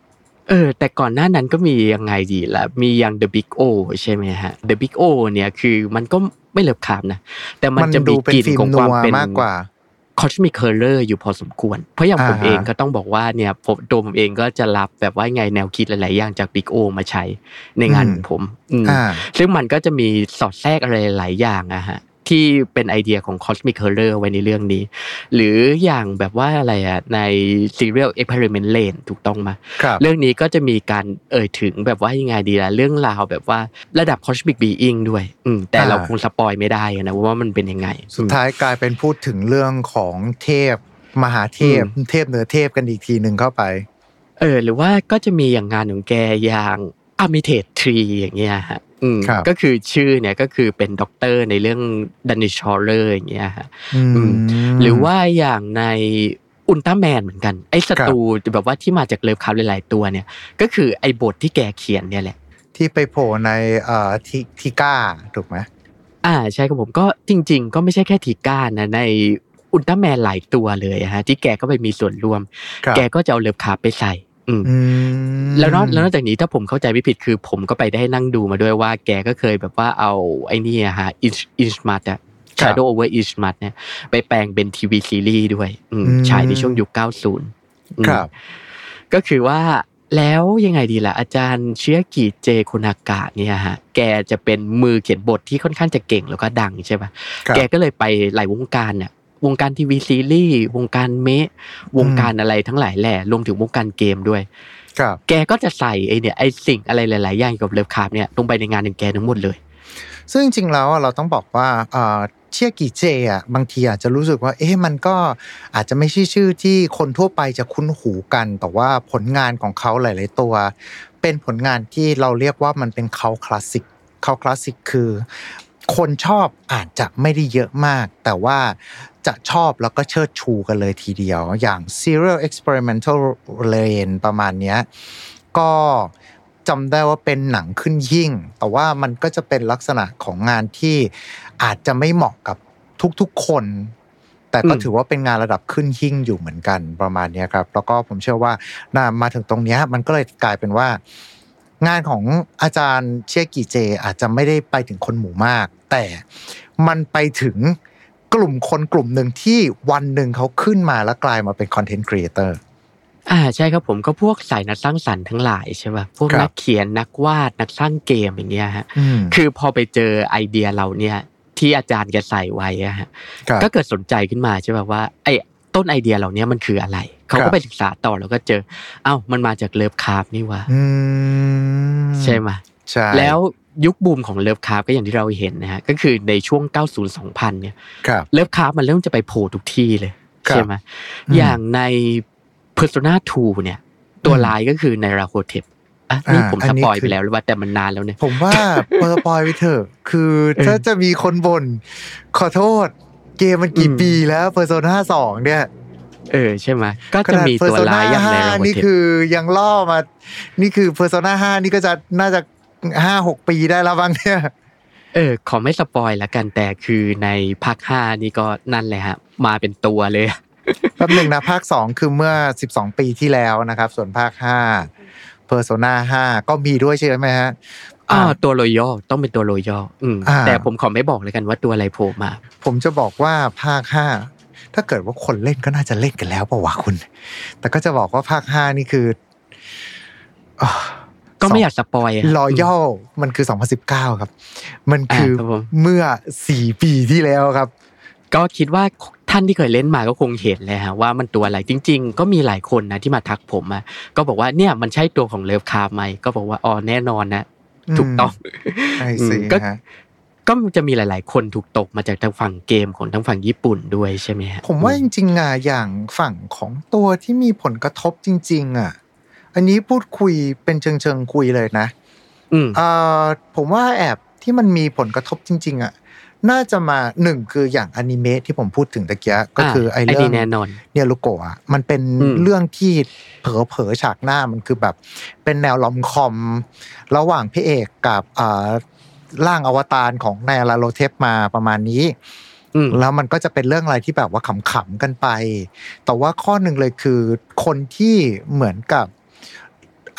เออแต่ก่อนหน้านั้นก็มียังไงดีล่ะมีอย่าง The Big O ใช่ไหมฮะ The Big O เนี่ยคือมันก็ไม่เลิฟคาร์บนะแต่มันจะมีกลิ่นของความเป็นมากกว่า Cosmic Color อยู่พอสมควรเพราะอย่างผมเองก็ต้องบอกว่าเนี่ยผมตัวผมเองก็จะรับแบบว่าไงแนวคิดหลายๆอย่างจาก Big O มาใช้ในงานของผมซึ่งมันก็จะมีสอดแทรกอะไรหลายอย่างอะฮะที่เป็นไอเดียของ Cosmic Color ไว้ในเรื่องนี้หรืออย่างแบบว่าอะไรอ่ะใน Serial Experiment Lane ถูกต้องมั้ยเรื่องนี้ก็จะมีการเอ่ยถึงแบบว่ายังไงดีล่ะเรื่องราวแบบว่าระดับ Cosmic Being ด้วยอืมแต่เราคงสปอยไม่ได้นะว่ามันเป็นยังไงสุดท้ายกลายเป็นพูดถึงเรื่องของเทพมหาเทพเทพเหนือเทพกันอีกทีนึงเข้าไปเออหรือว่าก็จะมีอย่างงานของแกอย่างArmitage Tree อย่างเงี้ยฮะอืมก็คือชื่อเนี่ยก็คือเป็นด็อกเตอร์ในเรื่อง Danish Horror อย่างเงี้ยฮะอืมหรือว่าอย่างในอุลตร้าแมนเหมือนกันไอ้ศัตรูแบบว่าที่มาจากเลิฟคราฟหลายๆตัวเนี่ยก็คือไอ้บทที่แกเขียนเนี่ยแหละที่ไปโผล่ในเอ่อทิก้าถูกมั้ยอ่าใช่ครับผมก็จริงๆก็ไม่ใช่แค่ทิก้านะในอุลตร้าแมนหลายตัวเลยฮะที่แกก็ไปมีส่วนร่วมแกก็จะเอาเลิฟคราฟไปใส่แล้วนอกแล้วนอกจากนี้ถ้าผมเข้าใจไม่ผิดคือผมก็ไปได้นั่งดูมาด้วยว่าแกก็เคยแบบว่าเอาไอ้นี่อ่ะฮะอินชมัตอะ Shadow over Inchmat เนี่ยไปแปลงเป็นทีวีซีรีส์ด้วยฉายในช่วงยุคเก้าสิบครับก็คือว่าแล้วยังไงดีล่ะอาจารย์เชียกิเจคุนากะเนี่ยฮะแกจะเป็นมือเขียนบทที่ค่อนข้างจะเก่งแล้วก็ดังใช่ป่ะแกก็เลยไปหลายวงการเนี่ยวงการทีวีซีรีส์วงการเมะวงการอะไรทั้งหลายแหละรวมถึงวงการเกมด้วยครับแกก็จะใส่ไอ้เนี่ยไอ้สิ่งอะไรหลายๆอย่างเกี่ยวกับเลิฟคราฟเนี่ยลงไปในงานของแกทั้งหมดเลยซึ่งจริงๆแล้วเราต้องบอกว่าเอ่อเชียกิเจอ่ะบางทีอาจจะรู้สึกว่าเอ๊ะมันก็อาจจะไม่ใช่ชื่อที่คนทั่วไปจะคุ้นหูกันแต่ว่าผลงานของเขาหลายๆตัวเป็นผลงานที่เราเรียกว่ามันเป็นเขาคลาสสิกเขาคลาสสิกคือคนชอบอาจจะไม่ได้เยอะมากแต่ว่าจะชอบแล้วก็เชิดชูกันเลยทีเดียวอย่าง Serial Experimental Lane ประมาณเนี้ยก็จำได้ว่าเป็นหนังขึ้นหิ้งแต่ว่ามันก็จะเป็นลักษณะของงานที่อาจจะไม่เหมาะกับทุกๆคนแต่ก็ถือว่าเป็นงานระดับขึ้นหิ้งอยู่เหมือนกันประมาณนี้ครับแล้วก็ผมเชื่อว่าน่ามาถึงตรงนี้มันก็เลยกลายเป็นว่างานของอาจารย์เชียกิเจอาจจะไม่ได้ไปถึงคนหมู่มากแต่มันไปถึงกลุ่มคนกลุ่มหนึ่งที่วันหนึ่งเขาขึ้นมาแล้วกลายมาเป็นคอนเทนต์ครีเอเตอร์อ่าใช่ครับผมก็พวกสายนักสร้างสรรค์ทั้งหลายใช่ป่ะพวกนักเขียนนักวาดนักสร้างเกมอย่างเงี้ยฮะคือพอไปเจอไอเดียเราเนี่ยที่อาจารย์แกใส่ไว้อะฮะก็เกิดสนใจขึ้นมาใช่ป่ะว่าไอ้ต้นไอเดียเหล่านี้มันคืออะไรเขาก็ไปศึกษาต่อแล้วก็เจอเอ้ามันมาจากเลิฟคราฟนี่ว่ะใช่มั้ยใช่แล้วยุคบูมของเลิฟคราฟก็อย่างที่เราเห็นนะฮะก็คือในช่วงเก้าสิบ สองพันเนี่ยเลิฟคราฟมันเริ่มจะไปโผล่ทุกที่เลยใช่มั้ยอย่างใน Persona ทู เนี่ยตัวร้ายก็คือไนราโฮเทปอ่ะนี่ผมสปอยไปแล้วหรือว่าแต่มันนานแล้วเนี่ยผมว่าสปอยไปเถอะคือถ้าจะมีคนบ่นขอโทษเกมมันกี่ปีแล้ว Persona สองเนี่ยเออใช่มั้ยก็จะมีตัวร้ายอย่างไนราโฮเทปนี่คือยังล่อมานี่คือ Persona ห้านี่ก็จะน่าจะ ห้าหก ปีได้แล้วบ้างเนี่ยเออขอไม่สปอยแล้วกันแต่คือในภาคห้านี่ก็นั่นแหละฮะมาเป็นตัวเลยแป๊บนึงนะภาคสองคือเมื่อสิบสองปีที่แล้วนะครับส่วนภาคห้า Persona ห้าก็มีด้วยใช่มั้ยฮะอ่าตัว Royal ต้องเป็นตัว Royal อืมแต่ผมขอไม่บอกเลยกันว่าตัวอะไรโผล่มาผมจะบอกว่าภาคห้าถ้าเกิดว่าคนเล่นก็น่าจะเล่นกันแล้วป่าววะคุณแต่ก็จะบอกว่าภาคห้านี่คือก็ไม่อยากสปอย Royal มันคือสองพันสิบเก้าครับมันคือเมื่อสี่ปีที่แล้วครับก็คิดว่าท่านที่เคยเล่นมาก็คงเห็นเลยฮะว่ามันตัวอะไรจริงๆก็มีหลายคนนะที่มาทักผมอ่ะก็บอกว่าเนี่ยมันใช่ตัวของเลิฟคราฟมั้ยก็บอกว่าอ๋อแน่นอนนะถูกต้องใช่สิก็ก็จะมีหลายๆคนถูกตกมาจากทางฝั่งเกมของทางฝั่งญี่ปุ่นด้วยใช่มั้ยฮะผมว่าจริงๆอ่ะอย่างฝั่งของตัวที่มีผลกระทบจริงๆอ่ะอันนี้พูดคุยเป็นเชิงๆคุยเลยนะอืมเอ่อผมว่าแอบที่มันมีผลกระทบจริงๆอ่ะน่าจะมาหนึ่งคืออย่างอนิเมะที่ผมพูดถึงตะเกียก็คือไอ้เรื่องเนี่ยลูโกะอ่ะมันเป็นเรื่องที่เผลอๆฉากหน้ามันคือแบบเป็นแนวลอมคอมระหว่างพระเอกกับอ่าร่างอวตารของนายลาโรเทปมาประมาณนี้แล้วมันก็จะเป็นเรื่องอะไรที่แบบว่าขำๆกันไปแต่ว่าข้อหนึ่งเลยคือคนที่เหมือนกับ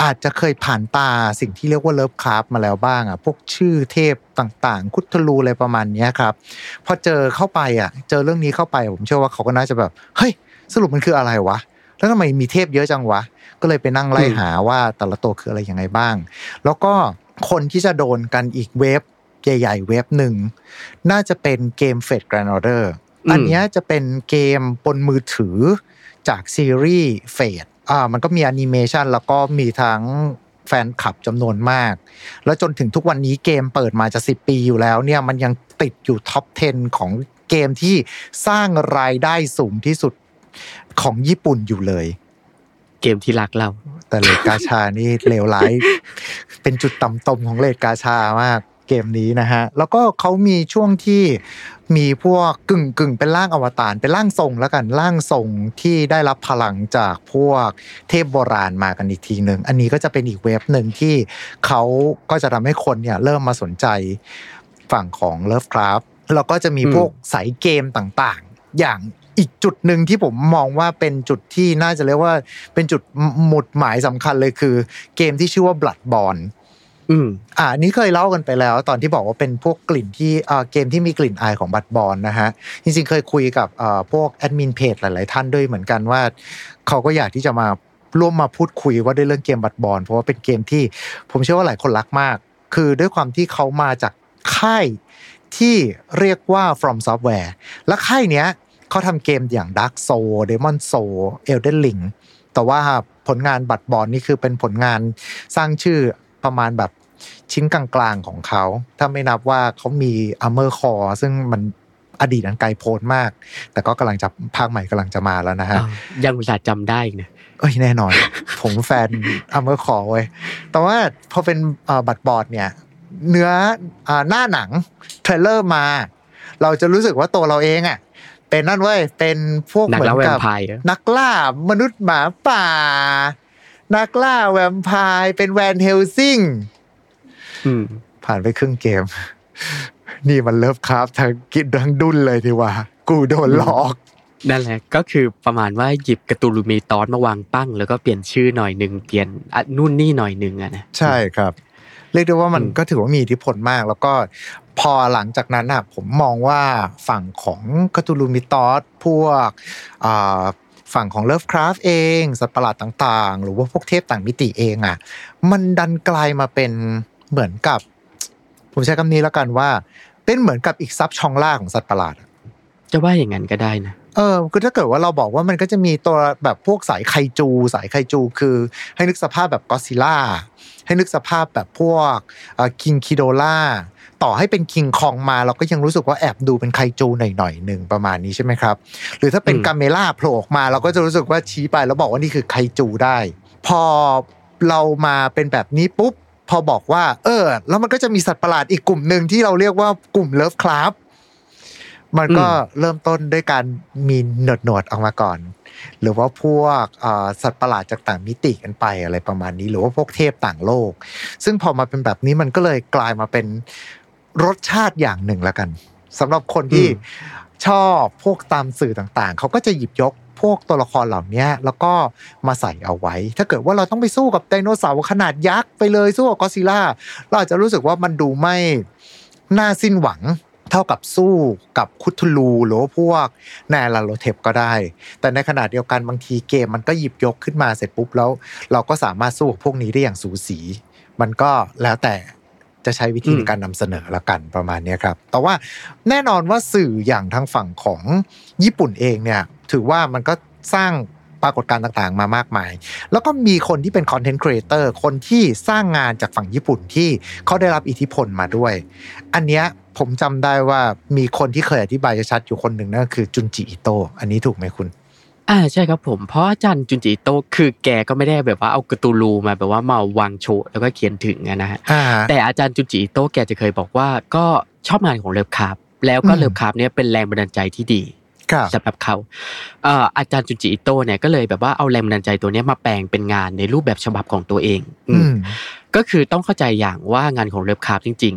อาจจะเคยผ่านตาสิ่งที่เรียกว่าเลิฟคราฟมาแล้วบ้างอ่ะพวกชื่อเทพต่างๆคุทลูอะไรประมาณนี้ครับพอเจอเข้าไปอ่ะเจอเรื่องนี้เข้าไปผมเชื่อว่าเขาก็น่าจะแบบเฮ้ยสรุปมันคืออะไรวะแล้วทำไมมีเทพเยอะจังวะก็เลยไปนั่งไล่หาว่าแต่ละตัวคืออะไรยังไงบ้างแล้วก็คนที่จะโดนกันอีกเวฟใหญ่ๆเวฟหนึ่งน่าจะเป็นเกม Fate Grand Order อันนี้จะเป็นเกมบนมือถือจากซีรีส์ Fate อ่ามันก็มีแอนิเมชันแล้วก็มีทั้งแฟนคลับจำนวนมากแล้วจนถึงทุกวันนี้เกมเปิดมาจะสิบปีอยู่แล้วเนี่ยมันยังติดอยู่ท็อปสิบของเกมที่สร้างรายได้สูงที่สุดของญี่ปุ่นอยู่เลยเกมที่รักเราแต่เรทกาชานี่เลวร้ายเป็นจุดต่ำตมของเรทกาชามากเกมนี้นะฮะแล้วก็เขามีช่วงที่มีพวกกึ่งกึ่งเป็นร่างอวตารเป็นร่างทรงแล้วกันร่างทรงที่ได้รับพลังจากพวกเทพโบราณมากันอีกทีนึงอันนี้ก็จะเป็นอีกเว็บหนึ่งที่เขาก็จะทำให้คนเนี่ยเริ่มมาสนใจฝั่งของ Lovecraft แล้วก็จะมีพวกสายเกมต่างๆอย่างอีกจุดหนึ่งที่ผมมองว่าเป็นจุดที่น่าจะเรียกว่าเป็นจุดหมุดหมายสำคัญเลยคือเกมที่ชื่อว่า Bloodborne อืมอ่านี้เคยเล่ากันไปแล้วตอนที่บอกว่าเป็นพวกกลิ่นที่อ่าเกมที่มีกลิ่นอายของ Bloodborne นะฮะจริงๆเคยคุยกับอ่าพวกแอดมินเพจหลายๆท่านด้วยเหมือนกันว่าเขาก็อยากที่จะมาร่วมมาพูดคุยว่าด้วยเรื่องเกม Bloodborne เพราะว่าเป็นเกมที่ผมเชื่อว่าหลายคนรักมากคือด้วยความที่เขามาจากค่ายที่เรียกว่า From Software และค่ายเนี้ยเขาทำเกมอย่าง Dark Soul Demon Soul Elden Ring แต่ว่าผลงานบัตรบอลนี่คือเป็นผลงานสร้างชื่อประมาณแบบชิ้นกลางๆของเขาถ้าไม่นับว่าเขามี Armor Core ซึ่งมันอดีตอันไกลโพ้นมากแต่ก็กำลังจะภาคใหม่กำลังจะมาแล้วนะฮะยังอุตส่าห์จำได้เนี่ยเอ้ยแน่นอน ผมแฟน Armor Core เว้ยแต่ว่าพอเป็นบัตรบอลเนี่ยเนื้อหน้าหนังเทรลเลอร์มาเราจะรู้สึกว่าตัวเราเองอ่ะเป็นนั่นเว้ยเป็นพวกเหมือนกับนักล่ามนุษย์หมาป่านักล่าแวมไพร์เป็นแวนเฮลซิงผ่านไปครึ่งเกมนี่มันเลิฟคราฟทั้งกินทั้งดุ้นเลยทีว่ากูโดนหลอกนั่นแหละก็คือประมาณว่าหยิบการ์ตูนลูมีตอนมาวางปั้งแล้วก็เปลี่ยนชื่อหน่อยนึงเปลี่ยนนู่นนี่หน่อยนึงอ่ะนะใช่ครับเรียกได้ว่ามันก็ถือว่ามีอิทธิพลมากแล้วก็พอหลังจากนั้นน่ะผมมองว่าฝั่งของคาตูลูมิตอสพวกอ่าฝั่งของ Lovecraft เองสัตว์ประหลาดต่างๆหรือว่าพวกเทพต่างมิติเองอ่ะมันดันกลายมาเป็นเหมือนกับผมใช้คำนี้แล้วกันว่าเป็นเหมือนกับอีกซับช่องล่าของสัตว์ประหลาดจะว่าอย่างนั้นก็ได้นะเออคือถ้าเกิดว่าเราบอกว่ามันก็จะมีตัวแบบพวกสายไคจูสายไคจูคือให้นึกสภาพแบบก็อดซิลล่าให้นึกสภาพแบบพวกเอ่อคิงคิโดล่าต่อให้เป็นคิงคองมาเราก็ยังรู้สึกว่าแอบดูเป็นไคจูหน่อยๆนึงประมาณนี้ใช่ไหมครับหรือถ้าเป็นกาเมล่าโผล่ออกมาเราก็จะรู้สึกว่าชี้ไปแล้วบอกว่านี่คือไคจูได้พอเรามาเป็นแบบนี้ปุ๊บพอบอกว่าเออแล้วมันก็จะมีสัตว์ประหลาดอีกกลุ่มนึงที่เราเรียกว่ากลุ่มเลิฟคราฟมันก็เริ่มต้นด้วยการมีหนวดๆออกมาก่อนหรือว่าพวกสัตว์ประหลาดจากต่างมิติกันไปอะไรประมาณนี้หรือว่าพวกเทพต่างโลกซึ่งพอมาเป็นแบบนี้มันก็เลยกลายมาเป็นรสชาติอย่างหนึ่งละกันสำหรับคนที่ชอบพวกตามสื่อต่างๆเขาก็จะหยิบยกพวกตัวละครเหล่านี้แล้วก็มาใส่เอาไว้ถ้าเกิดว่าเราต้องไปสู้กับไดโนเสาร์ขนาดยักษ์ไปเลยสู้กับก็อดซิลล่าเราอาจจะรู้สึกว่ามันดูไม่น่าสิ้นหวังเท่ากับสู้กับคุทูลูหรือว่าพวกแนลาโลเทปก็ได้แต่ในขณะเดียวกันบางทีเกมมันก็หยิบยกขึ้นมาเสร็จปุ๊บแล้วเราก็สามารถสู้กับพวกนี้ได้อย่างสูสีมันก็แล้วแต่จะใช้วิธีในการนำเสนอละกันประมาณนี้ครับแต่ว่าแน่นอนว่าสื่ออย่างทางฝั่งของญี่ปุ่นเองเนี่ยถือว่ามันก็สร้างปรากฏการณ์ต่างๆมามากมายแล้วก็มีคนที่เป็นคอนเทนต์ครีเอเตอร์คนที่สร้างงานจากฝั่งญี่ปุ่นที่เขาได้รับอิทธิพลมาด้วยอันเนี้ยผมจำได้ว่ามีคนที่เคยอธิบายชัดอยู่คนหนึ่งนั่นคือจุนจิอิโตะอันนี้ถูกไหมคุณอ่าใช่ครับผมเพราะอาจารย์จุนจิอิโตะคือแกก็ไม่ได้แบบว่าเอาการ์ตูนูมาแบบว่ามาวางโชว์แล้วก็เขียนถึงนะฮะแต่อาจารย์จุนจิอิโตะแกจะเคยบอกว่าก็ชอบงานของเลิฟคราฟแล้วก็เลิฟคราฟเนี่ยเป็นแรงบันดาลใจที่ดีสำหรับเขาอ่าอาจารย์จุนจิอิโตะเนี่ยก็เลยแบบว่าเอาแรงบันดาลใจตัวนี้มาแปลงเป็นงานในรูปแบบฉบับของตัวเองก็คือต้องเข้าใจอย่างว่างานของเลิฟคราฟจริงๆ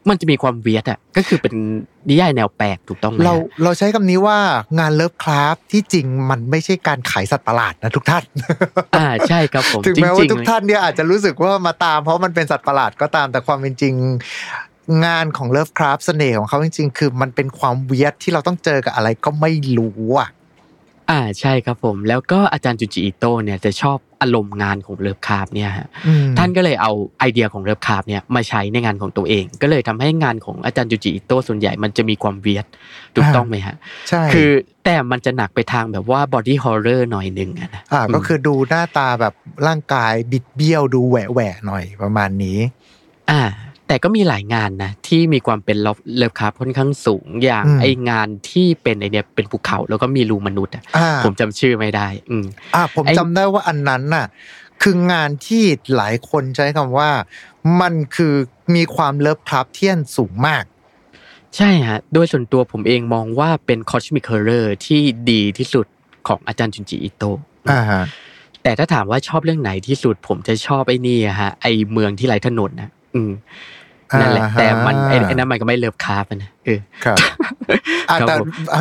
มันจะมีความเวียดอ่ะก็คือเป็นนิยายแนวแปลกถูกต้องมั้ยเราเราใช้คำนี้ว่างานเลิฟคราฟที่จริงมันไม่ใช่การขายสัตว์ประหลาดนะทุกท่านอ่าใช่ครับผมถึงแม้ว่าทุกท่านเนี่ยอาจจะรู้สึกว่ามาตามเพราะมันเป็นสัตว์ประหลาดก็ตามแต่ความเป็นจริงงานของเลิฟคราฟเสน่ห์ของเขาจริงๆคือมันเป็นความเวียดที่เราต้องเจอกับอะไรก็ไม่รู้อ่ะอ่าใช่ครับผมแล้วก็อาจารย์จุนจิอิโตะเนี่ยจะชอบอารมณ์งานของเลิฟคราฟเนี่ยฮะท่านก็เลยเอาไอเดียของเลิฟคราฟเนี่ยมาใช้ในงานของตัวเองก็เลยทำให้งานของอาจารย์จุนจิอิโตะส่วนใหญ่มันจะมีความเวียดถูกต้องไหมฮะใช่คือแต่มันจะหนักไปทางแบบว่าบอดี้ฮอร์เรอร์หน่อยนึงอะนะอ่าก็คือดูหน้าตาแบบร่างกายบิดเบี้ยวดูแหวะๆหน่อยประมาณนี้อ่าแต่ก็มีหลายงานนะที่มีความเป็นเลิฟคราฟค่อนข้างสูงอย่างไองานที่เป็นไอเนี่ยเป็นภูเขาแล้วก็มีรูมนุษย์อ่ะผมจำชื่อไม่ได้อืมอ่าผมจำได้ว่าอันนั้นน่ะคืองานที่หลายคนใช้คำว่ามันคือมีความเลิฟคราฟเทียนสูงมากใช่ฮะโดยส่วนตัวผมเองมองว่าเป็นคอสมิคฮอร์เรอร์ที่ดีที่สุดของอาจารย์จุนจิอิโตะอ่าฮะแต่ถ้าถามว่าชอบเรื่องไหนที่สุดผมจะชอบไอ้นี่ฮะไอเมืองที่ไร้ถนนนะอืมนั่นแหละแต่มันไอ้นั้นมันก็ไม่เลิฟคราฟนะเออครับอ่าแต่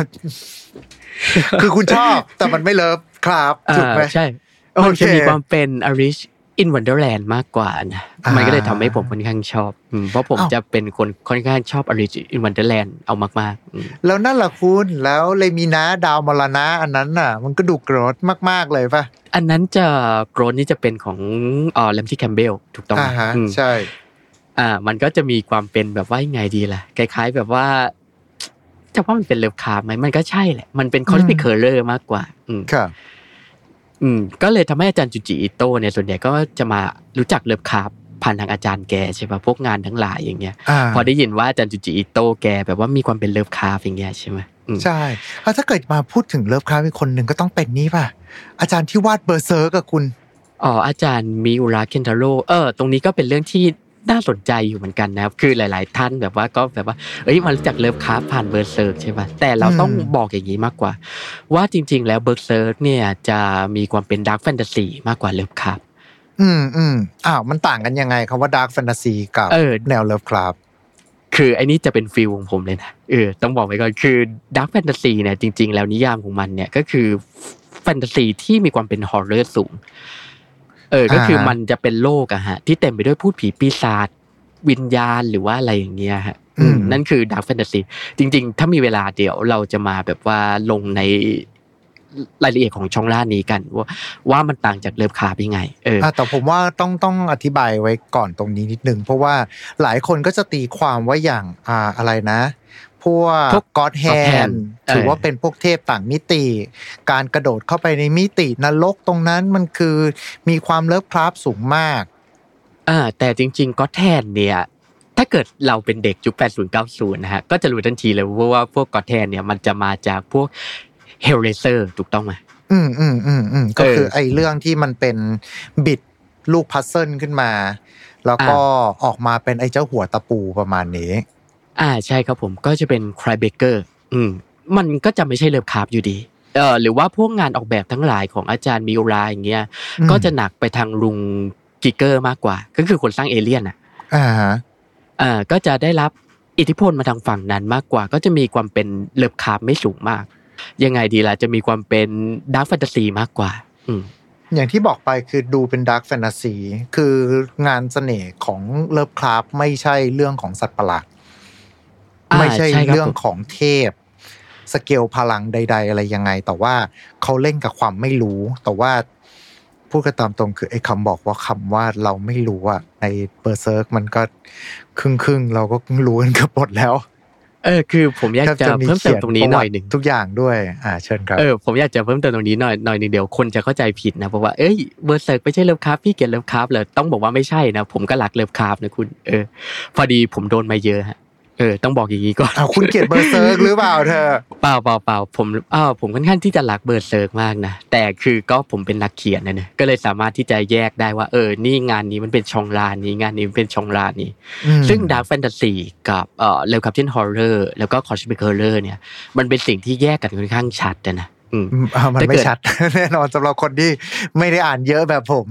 คือคุณชอบแต่มันไม่เลิฟคราฟถูกมั้ยใช่มันจะมีความเป็น Alice in Wonderland มากกว่านะมันก็เลยทำให้ผมค่อนข้างชอบเพราะผมจะเป็นคนค่อนข้างชอบ Alice in Wonderland เอามากๆแล้วนั่นล่ะคุณแล้วเลยมีนะดาวมรณะอันนั้นน่ะมันก็ดูโกรธมากๆเลยป่ะอันนั้นจะโกรธนี่จะเป็นของเอ่อ Ramsey Campbell ถูกต้องมั้ยใช่อ่ามันก็จะมีความเป็นแบบว่ายังไงดีล่ะคล้ายๆแบบว่าจะว่ามันเป็นเลิฟคราฟมั้ยมันก็ใช่แหละมันเป็นคอสมิคฮอร์เรอร์มากกว่าอืมครับอืมก็เลยทำให้อาจารย์จุนจิอิโตะเนี่ยส่วนใหญ่ก็จะมารู้จักเลิฟคราฟผ่านทางอาจารย์แกใช่ป่ะพวกงานทั้งหลายอย่างเงี้ยพอได้ยินว่าอาจารย์จุนจิอิโตะแกแบบว่ามีความเป็นเลิฟคราฟอย่างเงี้ยใช่มั้ยใช่แล้วถ้าเกิดมาพูดถึงเลิฟคราฟอีกคนนึงก็ต้องเป็นนี่ป่ะอาจารย์ที่วาดเบอร์เซิร์กกับคุณอ๋ออาจารย์มิอุระเคนทาโร่เออตรงนี้ก็เป็นเรื่องที่น่าสนใจอยู่เหมือนกันนะครับคือหลายๆท่านแบบว่าก็แบบว่าเอ้ยมารู้จักเลิฟคราฟผ่านเบอร์เซิร์กใช่ป่ะแต่เราต้องบอกอย่างนี้มากกว่าว่าจริงๆแล้วเบอร์เซิร์กเนี่ยจะมีความเป็นดาร์กแฟนตาซีมากกว่าเลิฟคราฟอืมอืมอ้าวมันต่างกันยังไงคำว่าดาร์กแฟนตาซีกับแนวเลิฟคราฟคือไอ้นี่จะเป็นฟีลของผมเลยนะเออต้องบอกไว้ก่อนคือดาร์กแฟนตาซีเนี่ยจริงๆแล้วนิยามของมันเนี่ยก็คือแฟนตาซีที่มีความเป็นฮอร์เรอร์สูงเออก็คือมันจะเป็นโลกอะฮะที่เต็มไปด้วยพูดผีปีศาจวิญญาณหรือว่าอะไรอย่างเงี้ยฮะนั่นคือดาร์กแฟนตาซีจริงๆถ้ามีเวลาเดี๋ยวเราจะมาแบบว่าลงในรายละเอียดของช่องล่านี้กันว่าว่ามันต่างจากเลิฟคราฟยังไงเออแต่ผมว่าต้องต้องอธิบายไว้ก่อนตรงนี้นิดนึงเพราะว่าหลายคนก็จะตีความว่าอย่างอ่าอะไรนะพวกก็อดแฮนด์ถือว่าเป็นพวกเทพต่างมิติการกระโดดเข้าไปในมิตินรกตรงนั้นมันคือมีความเลิฟคราฟสูงมากอ่าแต่จริงๆก็แทนเนี่ยถ้าเกิดเราเป็นเด็กยุคแปดสิบ เก้าสิบนะฮะก็จะรู้ทันทีเลยว่าพวกก็แทนเนี่ยมันจะมาจากพวกเฮลเลเซอร์ถูกต้องมั้ยอืมๆๆๆก็คือไอ้เรื่องที่มันเป็นบิดลูกพัซเซิลขึ้นมาแล้วก็ออกมาเป็นไอ้เจ้าหัวตะปูประมาณนี้อ่าใช่ครับผมก็จะเป็นครายเบเกอร์อืมมันก็จะไม่ใช่เลิฟคราฟอยู่ดีเอ่อหรือว่าพวกงานออกแบบทั้งหลายของอาจารย์มิอุระอย่างเงี้ยก็จะหนักไปทางลุงกิเกอร์มากกว่าก็คือคนสร้างเอเลี่ยนน่ะอ่าฮะอ่าก็จะได้รับอิทธิพลมาทางฝั่งนั้นมากกว่าก็จะมีความเป็นเลิฟคราฟไม่สูงมากยังไงดีล่ะจะมีความเป็นดาร์กแฟนตาซีมากกว่าอืมอย่างที่บอกไปคือดูเป็นดาร์กแฟนตาซีคืองานเสน่ห์ของเลิฟคราฟไม่ใช่เรื่องของสัตว์ประหลาดไม่ใช่เรื่องของเทพสเกลพลังใดๆอะไรยังไงแต่ว่าเขาเล่นกับความไม่รู้แต่ว่าพูดกันตามตรงคือไอ้คำบอกว่าคำว่าเราไม่รู้อะในเบอร์เซิร์กมันก็ครึ่งๆเราก็รู้กันกับหมดแล้วเออคือผมอยากจะเพิ่มเติมตรงนี้หน่อยนึงทุกอย่างด้วยอ่าเชิญครับเออผมอยากจะเพิ่มเติมตรงนี้หน่อยหน่อยนึงเดี๋ยวคนจะเข้าใจผิดนะเพราะว่าเอ้ยเบอร์เซิร์กไม่ใช่เลิฟคราฟพี่เกลียดเลิฟคราฟเลยต้องบอกว่าไม่ใช่นะผมก็รักเลิฟคราฟนะคุณเออพอดีผมโดนมาเยอะฮะเออต้องบอกอย่างนี้ก่อนอ้าวคุณเกลียดเบอร์เซิร์กหรือเปล่าเธอเปล่าๆๆผมอ้าวผมค่อนข้างที่จะรักเบอร์เซิร์กมากนะแต่คือก็ผมเป็นนักเขียนนะเนี่ยก็เลยสามารถที่จะแยกได้ว่าเออนี่งานนี้มันเป็นช่องรานี้งานนี้มันเป็นช่องรานี้ซึ่งดาร์กแฟนตาซีกับเอ่อเลิฟคราฟเทนฮอร์เรอร์แล้วก็คอสมิคฮอร์เรอร์เนี่ยมันเป็นสิ่งที่แยกกันค่อนข้างชัดนะอืมมันไม่ชัดแน่นอนสำหรับคนที่ไม่ได้อ่านเยอะแบบผม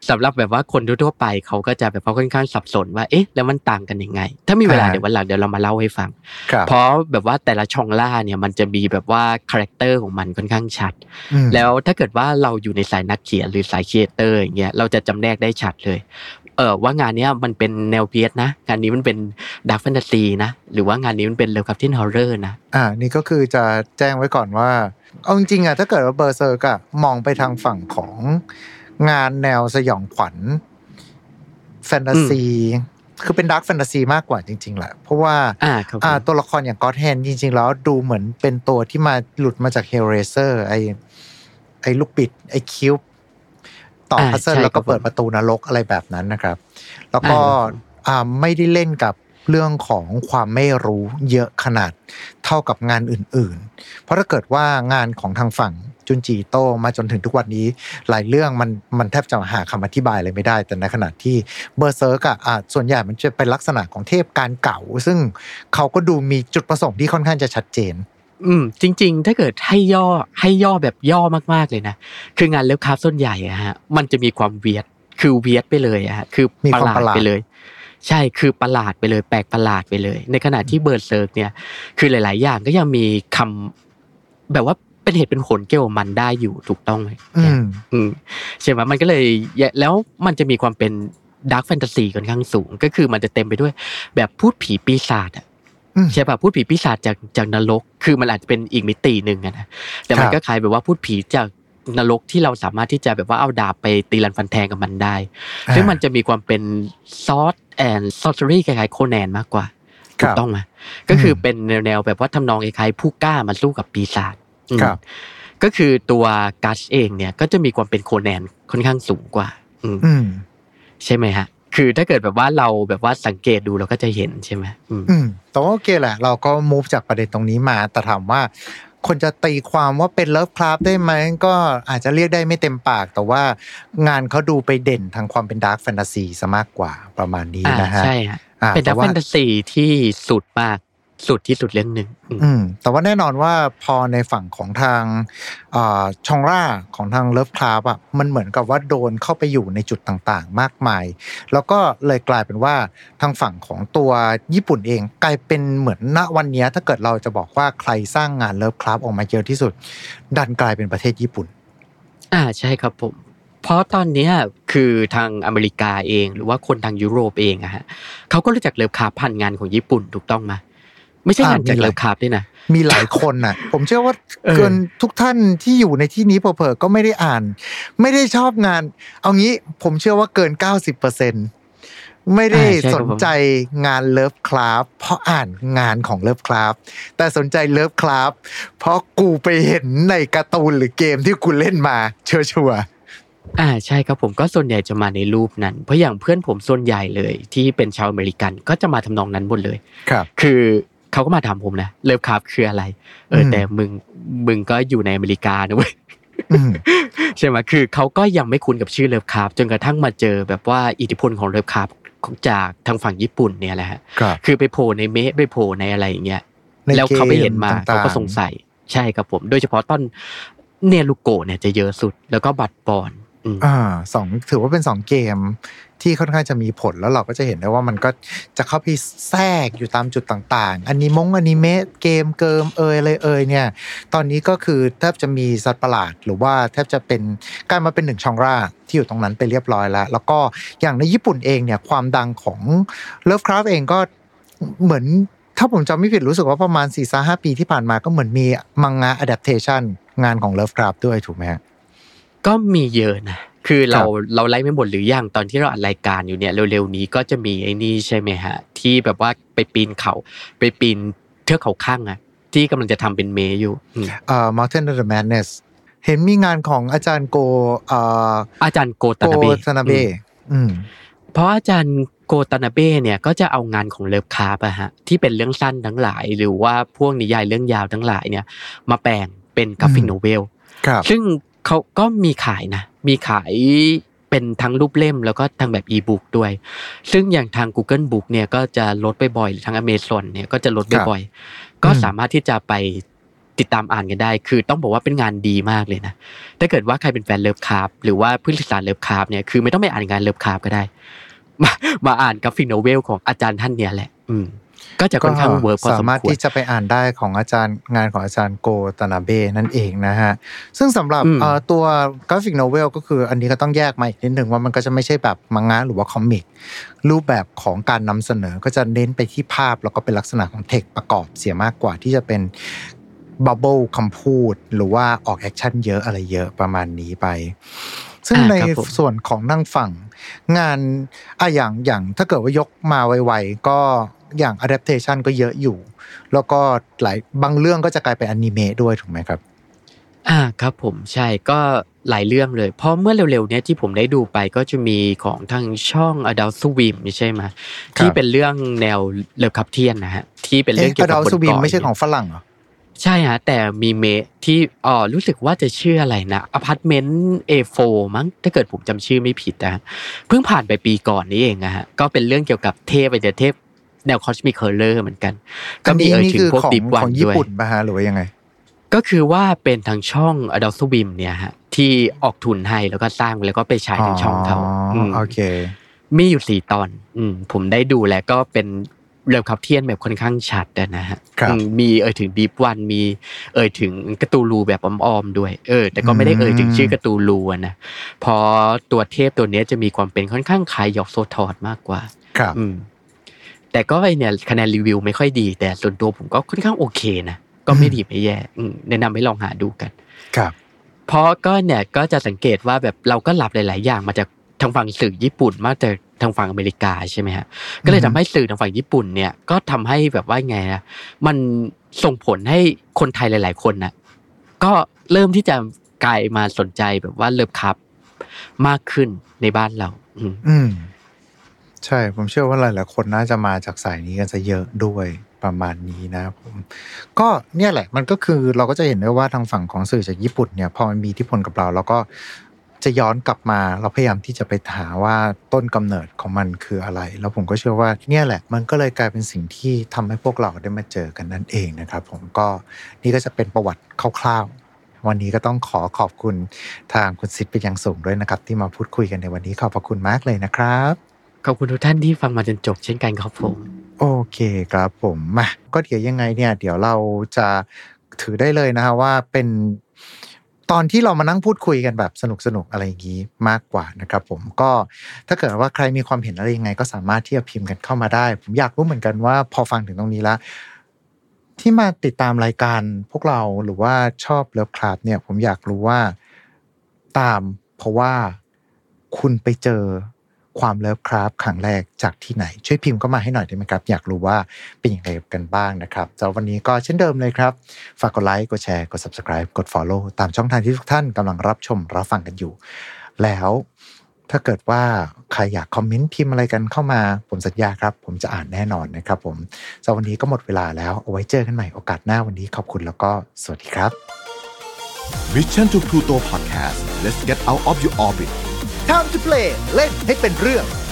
สำหรับแบบว่าคนทั่วๆไปเขาก็จะแบบว่าค่อนข้างสับสนว่าเอ๊ะแล้วมันต่างกันยังไงถ้ามีเวลาเดี๋ยววันหลังเดี๋ยวเรามาเล่าให้ฟังเพราะแบบว่าแต่ละชองล่าเนี่ยมันจะมีแบบว่าคาแรคเตอร์ของมันค่อนข้างชัดแล้วถ้าเกิดว่าเราอยู่ในสายนักเขียนหรือสายครีเอเตอร์อย่างเงี้ยเราจะจำแนกได้ชัดเลยเออว่างานนี้มันเป็นแนวเพียสนะงานนี้มันเป็นดาร์กแฟนตาซีนะหรือว่างานนี้มันเป็นเลิฟคราฟติ้งฮอร์เรอร์นะอ่านี่ก็คือจะแจ้งไว้ก่อนว่าเอาจริงๆอ่ะถ้าเกิดว่าเบอร์เซอร์กอะมองไปทางฝั่งของงานแนวสยองขวัญแฟนตาซีคือเป็นดาร์กแฟนตาซีมากกว่าจริงๆแหละเพราะว่าอ่าอ่าตัวละครอย่างก็อดแฮนจริงๆแล้วดูเหมือนเป็นตัวที่มาหลุดมาจากเฮลเรเซอร์ไอไอลูกบิดไอคิวบ์ต่อพัซเซิลแล้วก็เปิดประตูนรกอะไรแบบนั้นนะครับแล้วก็อ่าไม่ได้เล่นกับเรื่องของความไม่รู้เยอะขนาดเท่ากับงานอื่นๆเพราะถ้าเกิดว่างานของทางฝั่งจุนจิโต้มาจนถึงทุกวันนี้หลายเรื่องมันมันแทบจะหาคำอธิบายอะไรไม่ได้แต่ในขณะที่เบอร์เซิร์กอ่ะส่วนใหญ่มันจะเป็นลักษณะของเทพการเก่าซึ่งเขาก็ดูมีจุดประสงค์ที่ค่อนข้างจะชัดเจนอืมจริงๆถ้าเกิดให้ย่อให้ย่อแบบย่อมากๆเลยนะคืองานเลิฟคราฟส่วนใหญ่อะฮะมันจะมีความเวียดคือเวียดไปเลยอะฮะคือประหลาดไปเลยใช่คือประหลาดไปเลยแปลกประหลาดไปเลยในขณะที่เบอร์เซิร์กเนี่ยคือหลายๆอย่างก็ยังมีคำแบบว่าเป็นเหตุเป็นผลเกี่ยวกับมันได้อยู่ถูกต้องไหมอืมอืมใช่ไหมมันก็เลยแล้วมันจะมีความเป็นดาร์กแฟนตาซีค่อนข้างสูงก็คือมันจะเต็มไปด้วยแบบพูดผีปีศาจอะใช่ป่ะพูดผีปีศาจจากจากนรกคือมันอาจจะเป็นอีกมิตินึงนะแต่มันก็คล้ายแบบว่าพูดผีจากนรกที่เราสามารถที่จะแบบว่าเอาดาบไปตีรันฟันแทงกับมันได้ซึ่งมันจะมีความเป็นซอสแอนด์ซอสเซอรี่คล้ายๆโคแนนมากกว่าถูกต้องไหมก็คือเป็นแนวแบบว่าทำนองคล้ายๆผู้กล้ามาสู้กับปีศาจก็คือตัวกัชเองเนี่ยก็จะมีความเป็นโคแนนค่อนข้างสูงกว่าใช่ไหมฮะคือถ้าเกิดแบบว่าเราแบบว่าสังเกตดูเราก็จะเห็นใช่ไหมอืมแต่ว่าโอเคแหละเราก็มูฟจากประเด็นตรงนี้มาแต่ถามว่าคนจะตีความว่าเป็นเลิฟคราฟได้ไหมก็อาจจะเรียกได้ไม่เต็มปากแต่ว่างานเขาดูไปเด่นทางความเป็นดาร์กแฟนตาซีซะมากกว่าประมาณนี้นะฮะใช่ฮะเป็นดาร์กแฟนตาซีที่สุดมากสุดที่สุดเรื่องนึงอืมแต่ว่าแน่นอนว่าพอในฝั่งของทางเอ่อชองร่าของทางเลิฟคราฟอ่ะมันเหมือนกับว่าโดนเข้าไปอยู่ในจุดต่างๆมากมายแล้วก็เลยกลายเป็นว่าทางฝั่งของตัวญี่ปุ่นเองกลายเป็นเหมือนณวันนี้ถ้าเกิดเราจะบอกว่าใครสร้างงานเลิฟคราฟออกมาเยอะที่สุดดันกลายเป็นประเทศญี่ปุ่นอ่าใช่ครับผมเพราะตอนนี้คือทางอเมริกาเองหรือว่าคนทางยุโรปเองอะฮะเขาก็รู้จักเลิฟคราฟผ่านงานของญี่ปุ่นถูกต้องไหมไม่ใช่งานจากเลิฟคราฟด้วยนะมีหลายคนน่ะผมเชื่อว่าเกินทุกท่านที่อยู่ในที่นี้เผลอๆก็ไม่ได้อ่านไม่ได้ชอบงานเอางี้ผมเชื่อว่าเกิน เก้าสิบเปอร์เซ็นต์ ไม่ได้สนใจงานเลิฟคราฟเพราะอ่านงานของเลิฟคราฟแต่สนใจเลิฟคราฟเพราะกูไปเห็นในการ์ตูนหรือเกมที่กูเล่นมาชัวร์ๆอ่าใช่ครับผมก็ส่วนใหญ่จะมาในรูปนั้นเพราะอย่างเพื่อนผมส่วนใหญ่เลยที่เป็นชาวอเมริกันก็จะมาทำนองนั้นหมดเลยครับคือเขาก็มาถามผมนะเลิฟคราฟคืออะไรเออแต่มึงมึงก็อยู่ในอเมริกานะเว้ยใช่ไหมคือเขาก็ยังไม่คุ้นกับชื่อเลิฟคราฟจนกระทั่งมาเจอแบบว่าอิทธิพลของเลิฟคราฟจากทางฝั่งญี่ปุ่นเนี่ยแหละฮะคือไปโผล่ในเมะไปโผล่ในอะไรอย่างเงี้ยแล้วเขาไปเห็นมาเขาก็สงสัยใช่ครับผมโดยเฉพาะต้นเนรูโกะเนี่ยจะเยอะสุดแล้วก็บัตรบอลอ่าสองถือว่าเป็นสองเกมที่ค่อนข้างจะมีผลแล้วเราก็จะเห็นได้ว่ามันก็จะเข้าไปแทรกอยู่ตามจุดต่างๆอนิมงอนิเมะเกมเกิมเอยอะไรเอยเนี่ยตอนนี้ก็คือแทบจะมีสัตว์ประหลาดหรือว่าแทบจะเป็นกลายมาเป็นหนึ่งชองร่าที่อยู่ตรงนั้นไปเรียบร้อยแล้วแล้วก็อย่างในญี่ปุ่นเองเนี่ยความดังของ Lovecraft เองก็เหมือนถ้าผมจำไม่ผิดรู้สึกว่าประมาณ สี่ถึงห้า ปีที่ผ่านมาก็เหมือนมีมังงะ adaptation งานของ Lovecraft ด้วยถูกไหมฮะก็มีเยอะนะคือเราเราไล่ไม่หมดหรือยังตอนที่เราอัดรายการอยู่เนี่ยเร็วๆนี้ก็จะมีไอ้นี่ใช่ไหมฮะที่แบบว่าไปปีนเขาไปปีนเทือกเขาข้างอะที่กำลังจะทำเป็นเมย์อยู่เอ่อ Mountain of the Madness เห็นมีงานของอาจารย์โกเอ่ออาจารย์โกตานาเบะตานาเบะอืมเพราะอาจารย์โกตานาเบะเนี่ยก็จะเอางานของเลิฟคราฟอะฮะที่เป็นเรื่องสั้นทั้งหลายหรือว่าพวกนิยายเรื่องยาวทั้งหลายเนี่ยมาแปลงเป็นกราฟิกโนเวลซึ่งเขาก็มีขายนะมีขายเป็นทั้งรูปเล่มแล้วก็ทางแบบอีบุ๊กด้วยซึ่งอย่างทาง Google Book เนี่ยก็จะลดบ่อยๆหรือทาง Amazon เนี่ยก็จะลดบ่อยๆก็สามารถที่จะไปติดตามอ่านกันได้คือต้องบอกว่าเป็นงานดีมากเลยนะถ้าเกิดว่าใครเป็นแฟนเลิฟคราฟหรือว่าเพิ่งศึกษาเลิฟคราฟเนี่ยคือไม่ต้องไปอ่านงานเลิฟคราฟก็ได้มามาอ่านกราฟิกโนเวลของอาจารย์ท่านเนี้ยแหละอืมก็จะค่อนข้างเวิร์กพอสมควรสามารถที่จะไปอ่านได้ของอาจารย์งานของอาจารย์โกตานาเบะนั่นเองนะฮะซึ่งสำหรับเอ่อตัวกราฟิกโนเวลก็คืออันนี้ก็ต้องแยกมาอีกนิดนึงว่ามันก็จะไม่ใช่แบบมังงะหรือว่าคอมิกรูปแบบของการนำเสนอก็จะเน้นไปที่ภาพแล้วก็เป็นลักษณะของเทคประกอบเสียมากกว่าที่จะเป็นบับเบิ้ลคำพูดหรือว่าออกแอคชั่นเยอะอะไรเยอะประมาณนี้ไปซึ่งในส่วนของนั่งฝั่งงานอ่ะอย่างอย่างถ้าเกิดว่ายกมาไวๆก็อย่าง adaptation ก็เยอะอยู่แล้วก็หลายบางเรื่องก็จะกลายเป็นอนิเมะด้วยถูกไหมครับอ่าครับผมใช่ก็หลายเรื่องเลยเพราะเมื่อเร็วๆเนี้ยที่ผมได้ดูไปก็จะมีของทางช่อง Adult Swim ใช่ไหมที่เป็นเรื่องแนวเลิฟคัพเทียนนะฮะที่เป็นเรื่องเกี่ยวกับบนเกาะ Adult Swim ไม่ใช่ของฝรั่งเหรอใช่ฮะแต่มีเมะที่อ๋อรู้สึกว่าจะชื่ออะไรนะอพาร์ตเมนต์ เอ โฟร์ มั้งถ้าเกิดผมจำชื่อไม่ผิดนะเพิ่งผ่านไปปีก่อนนี้เองอะฮะก็เป็นเรื่องเกี่ยวกับเทพไปเจอเทพแนวคอสมิคเคอร์เลอร์เหมือนกันก็มีเอ่ยถึงพวกดิปวันด้วยของญี่ปุ่นป่ะฮะหรือว่ายังไงก็คือว่าเป็นทางช่อง Adult Swim เนี่ยฮะที่ออกทุนให้แล้วก็สร้างแล้วก็ไปฉายทางช่องเขาอ๋อโอเคมีอยู่สี่ตอนอืมผมได้ดูแล้วก็เป็นเริ่มคับเทียนแบบค่อนข้างชัดนะฮะมีเอ่ยถึงดีฟวันมีเอ่ยถึงกระตูลูแบบอ้อมๆด้วยเออแต่ก็ไม่ได้เอ่ยถึงชื่อกระตูลูนะพอตัวเทพตัวนี้จะมีความเป็นค่อนข้างคล้ายยอกโซทอดมากกว่าครับแต่ก็ไอเนี่ยคะแนนรีวิวไม่ค่อยดีแต่ส่วนตัวผมก็ค่อนข้างโอเคนะก็ไม่ดีไม่แย่แนะนำให้ลองหาดูกันครับเพราะก็เนี่ยก็จะสังเกตว่าแบบเราก็หลับหลายๆอย่างมาจากทางฝั่งสื่อญี่ปุ่นมากจากทางฝั่งอเมริกาใช่ไหมฮะก็เลยทำให้สื่อทางฝั่งญี่ปุ่นเนี่ยก็ทำให้แบบว่าไงนะมันส่งผลให้คนไทยหลายๆคนนะก็เริ่มที่จะกลายมาสนใจแบบว่าเลิฟคัพมากขึ้นในบ้านเราอืมใช่ผมเชื่อว่าหลายๆคนน่าจะมาจากสายนี้กันซะเยอะด้วยประมาณนี้นะผมก็เนี่ยแหละมันก็คือเราก็จะเห็นได้ว่าทางฝั่งของสื่อจากญี่ปุ่นเนี่ยพอมันมีอิทธิพลกับเราแล้วก็จะย้อนกลับมาเราพยายามที่จะไปหาว่าต้นกำเนิดของมันคืออะไรแล้วผมก็เชื่อว่าเนี่ยแหละมันก็เลยกลายเป็นสิ่งที่ทำให้พวกเราได้มาเจอกันนั่นเองนะครับผมก็นี่ก็จะเป็นประวัติคร่าวๆวันนี้ก็ต้องขอขอบคุณทางคุณซิดเป็นอย่างสูงด้วยนะครับที่มาพูดคุยกันในวันนี้ขอบพระคุณมากเลยนะครับขอบคุณทุกท่านที่ฟังมาจนจบเช่นกันครับผมโอเคครับผมมาก็เดี๋ยวยังไงเนี่ยเดี๋ยวเราจะถือได้เลยนะฮะว่าเป็นตอนที่เรามานั่งพูดคุยกันแบบสนุกๆอะไรอย่างงี้มากกว่านะครับผมก็ถ้าเกิดว่าใครมีความเห็นอะไรยังไงก็สามารถที่จะพิมพ์กันเข้ามาได้ผมอยากรู้เหมือนกันว่าพอฟังถึงตรงนี้แล้วที่มาติดตามรายการพวกเราหรือว่าชอบเลิฟคลับเนี่ยผมอยากรู้ว่าตามเพราะว่าคุณไปเจอความเลิฟคราฟครั้งแรกจากที่ไหนช่วยพิมพ์เข้ามาให้หน่อยได้ไหมครับอยากรู้ว่าเป็นอย่างไรกันบ้างนะครับสำหรับวันนี้ก็เช่นเดิมเลยครับฝากกดไลค์กดแชร์กด Subscribe กด Follow ตามช่องทางที่ทุกท่านกำลังรับชมรับฟังกันอยู่แล้วถ้าเกิดว่าใครอยากคอมเมนต์พิมพ์อะไรกันเข้ามาผมสัญญาครับผมจะอ่านแน่นอนนะครับผมสำหรับวันนี้ก็หมดเวลาแล้วเอาไว้เจอกันใหม่โอกาสหน้าวันนี้ขอบคุณแล้วก็สวัสดีครับ Mission to Pluto Podcast Let's get out of your orbit Time to play เล่นให้เป็นเรื่อง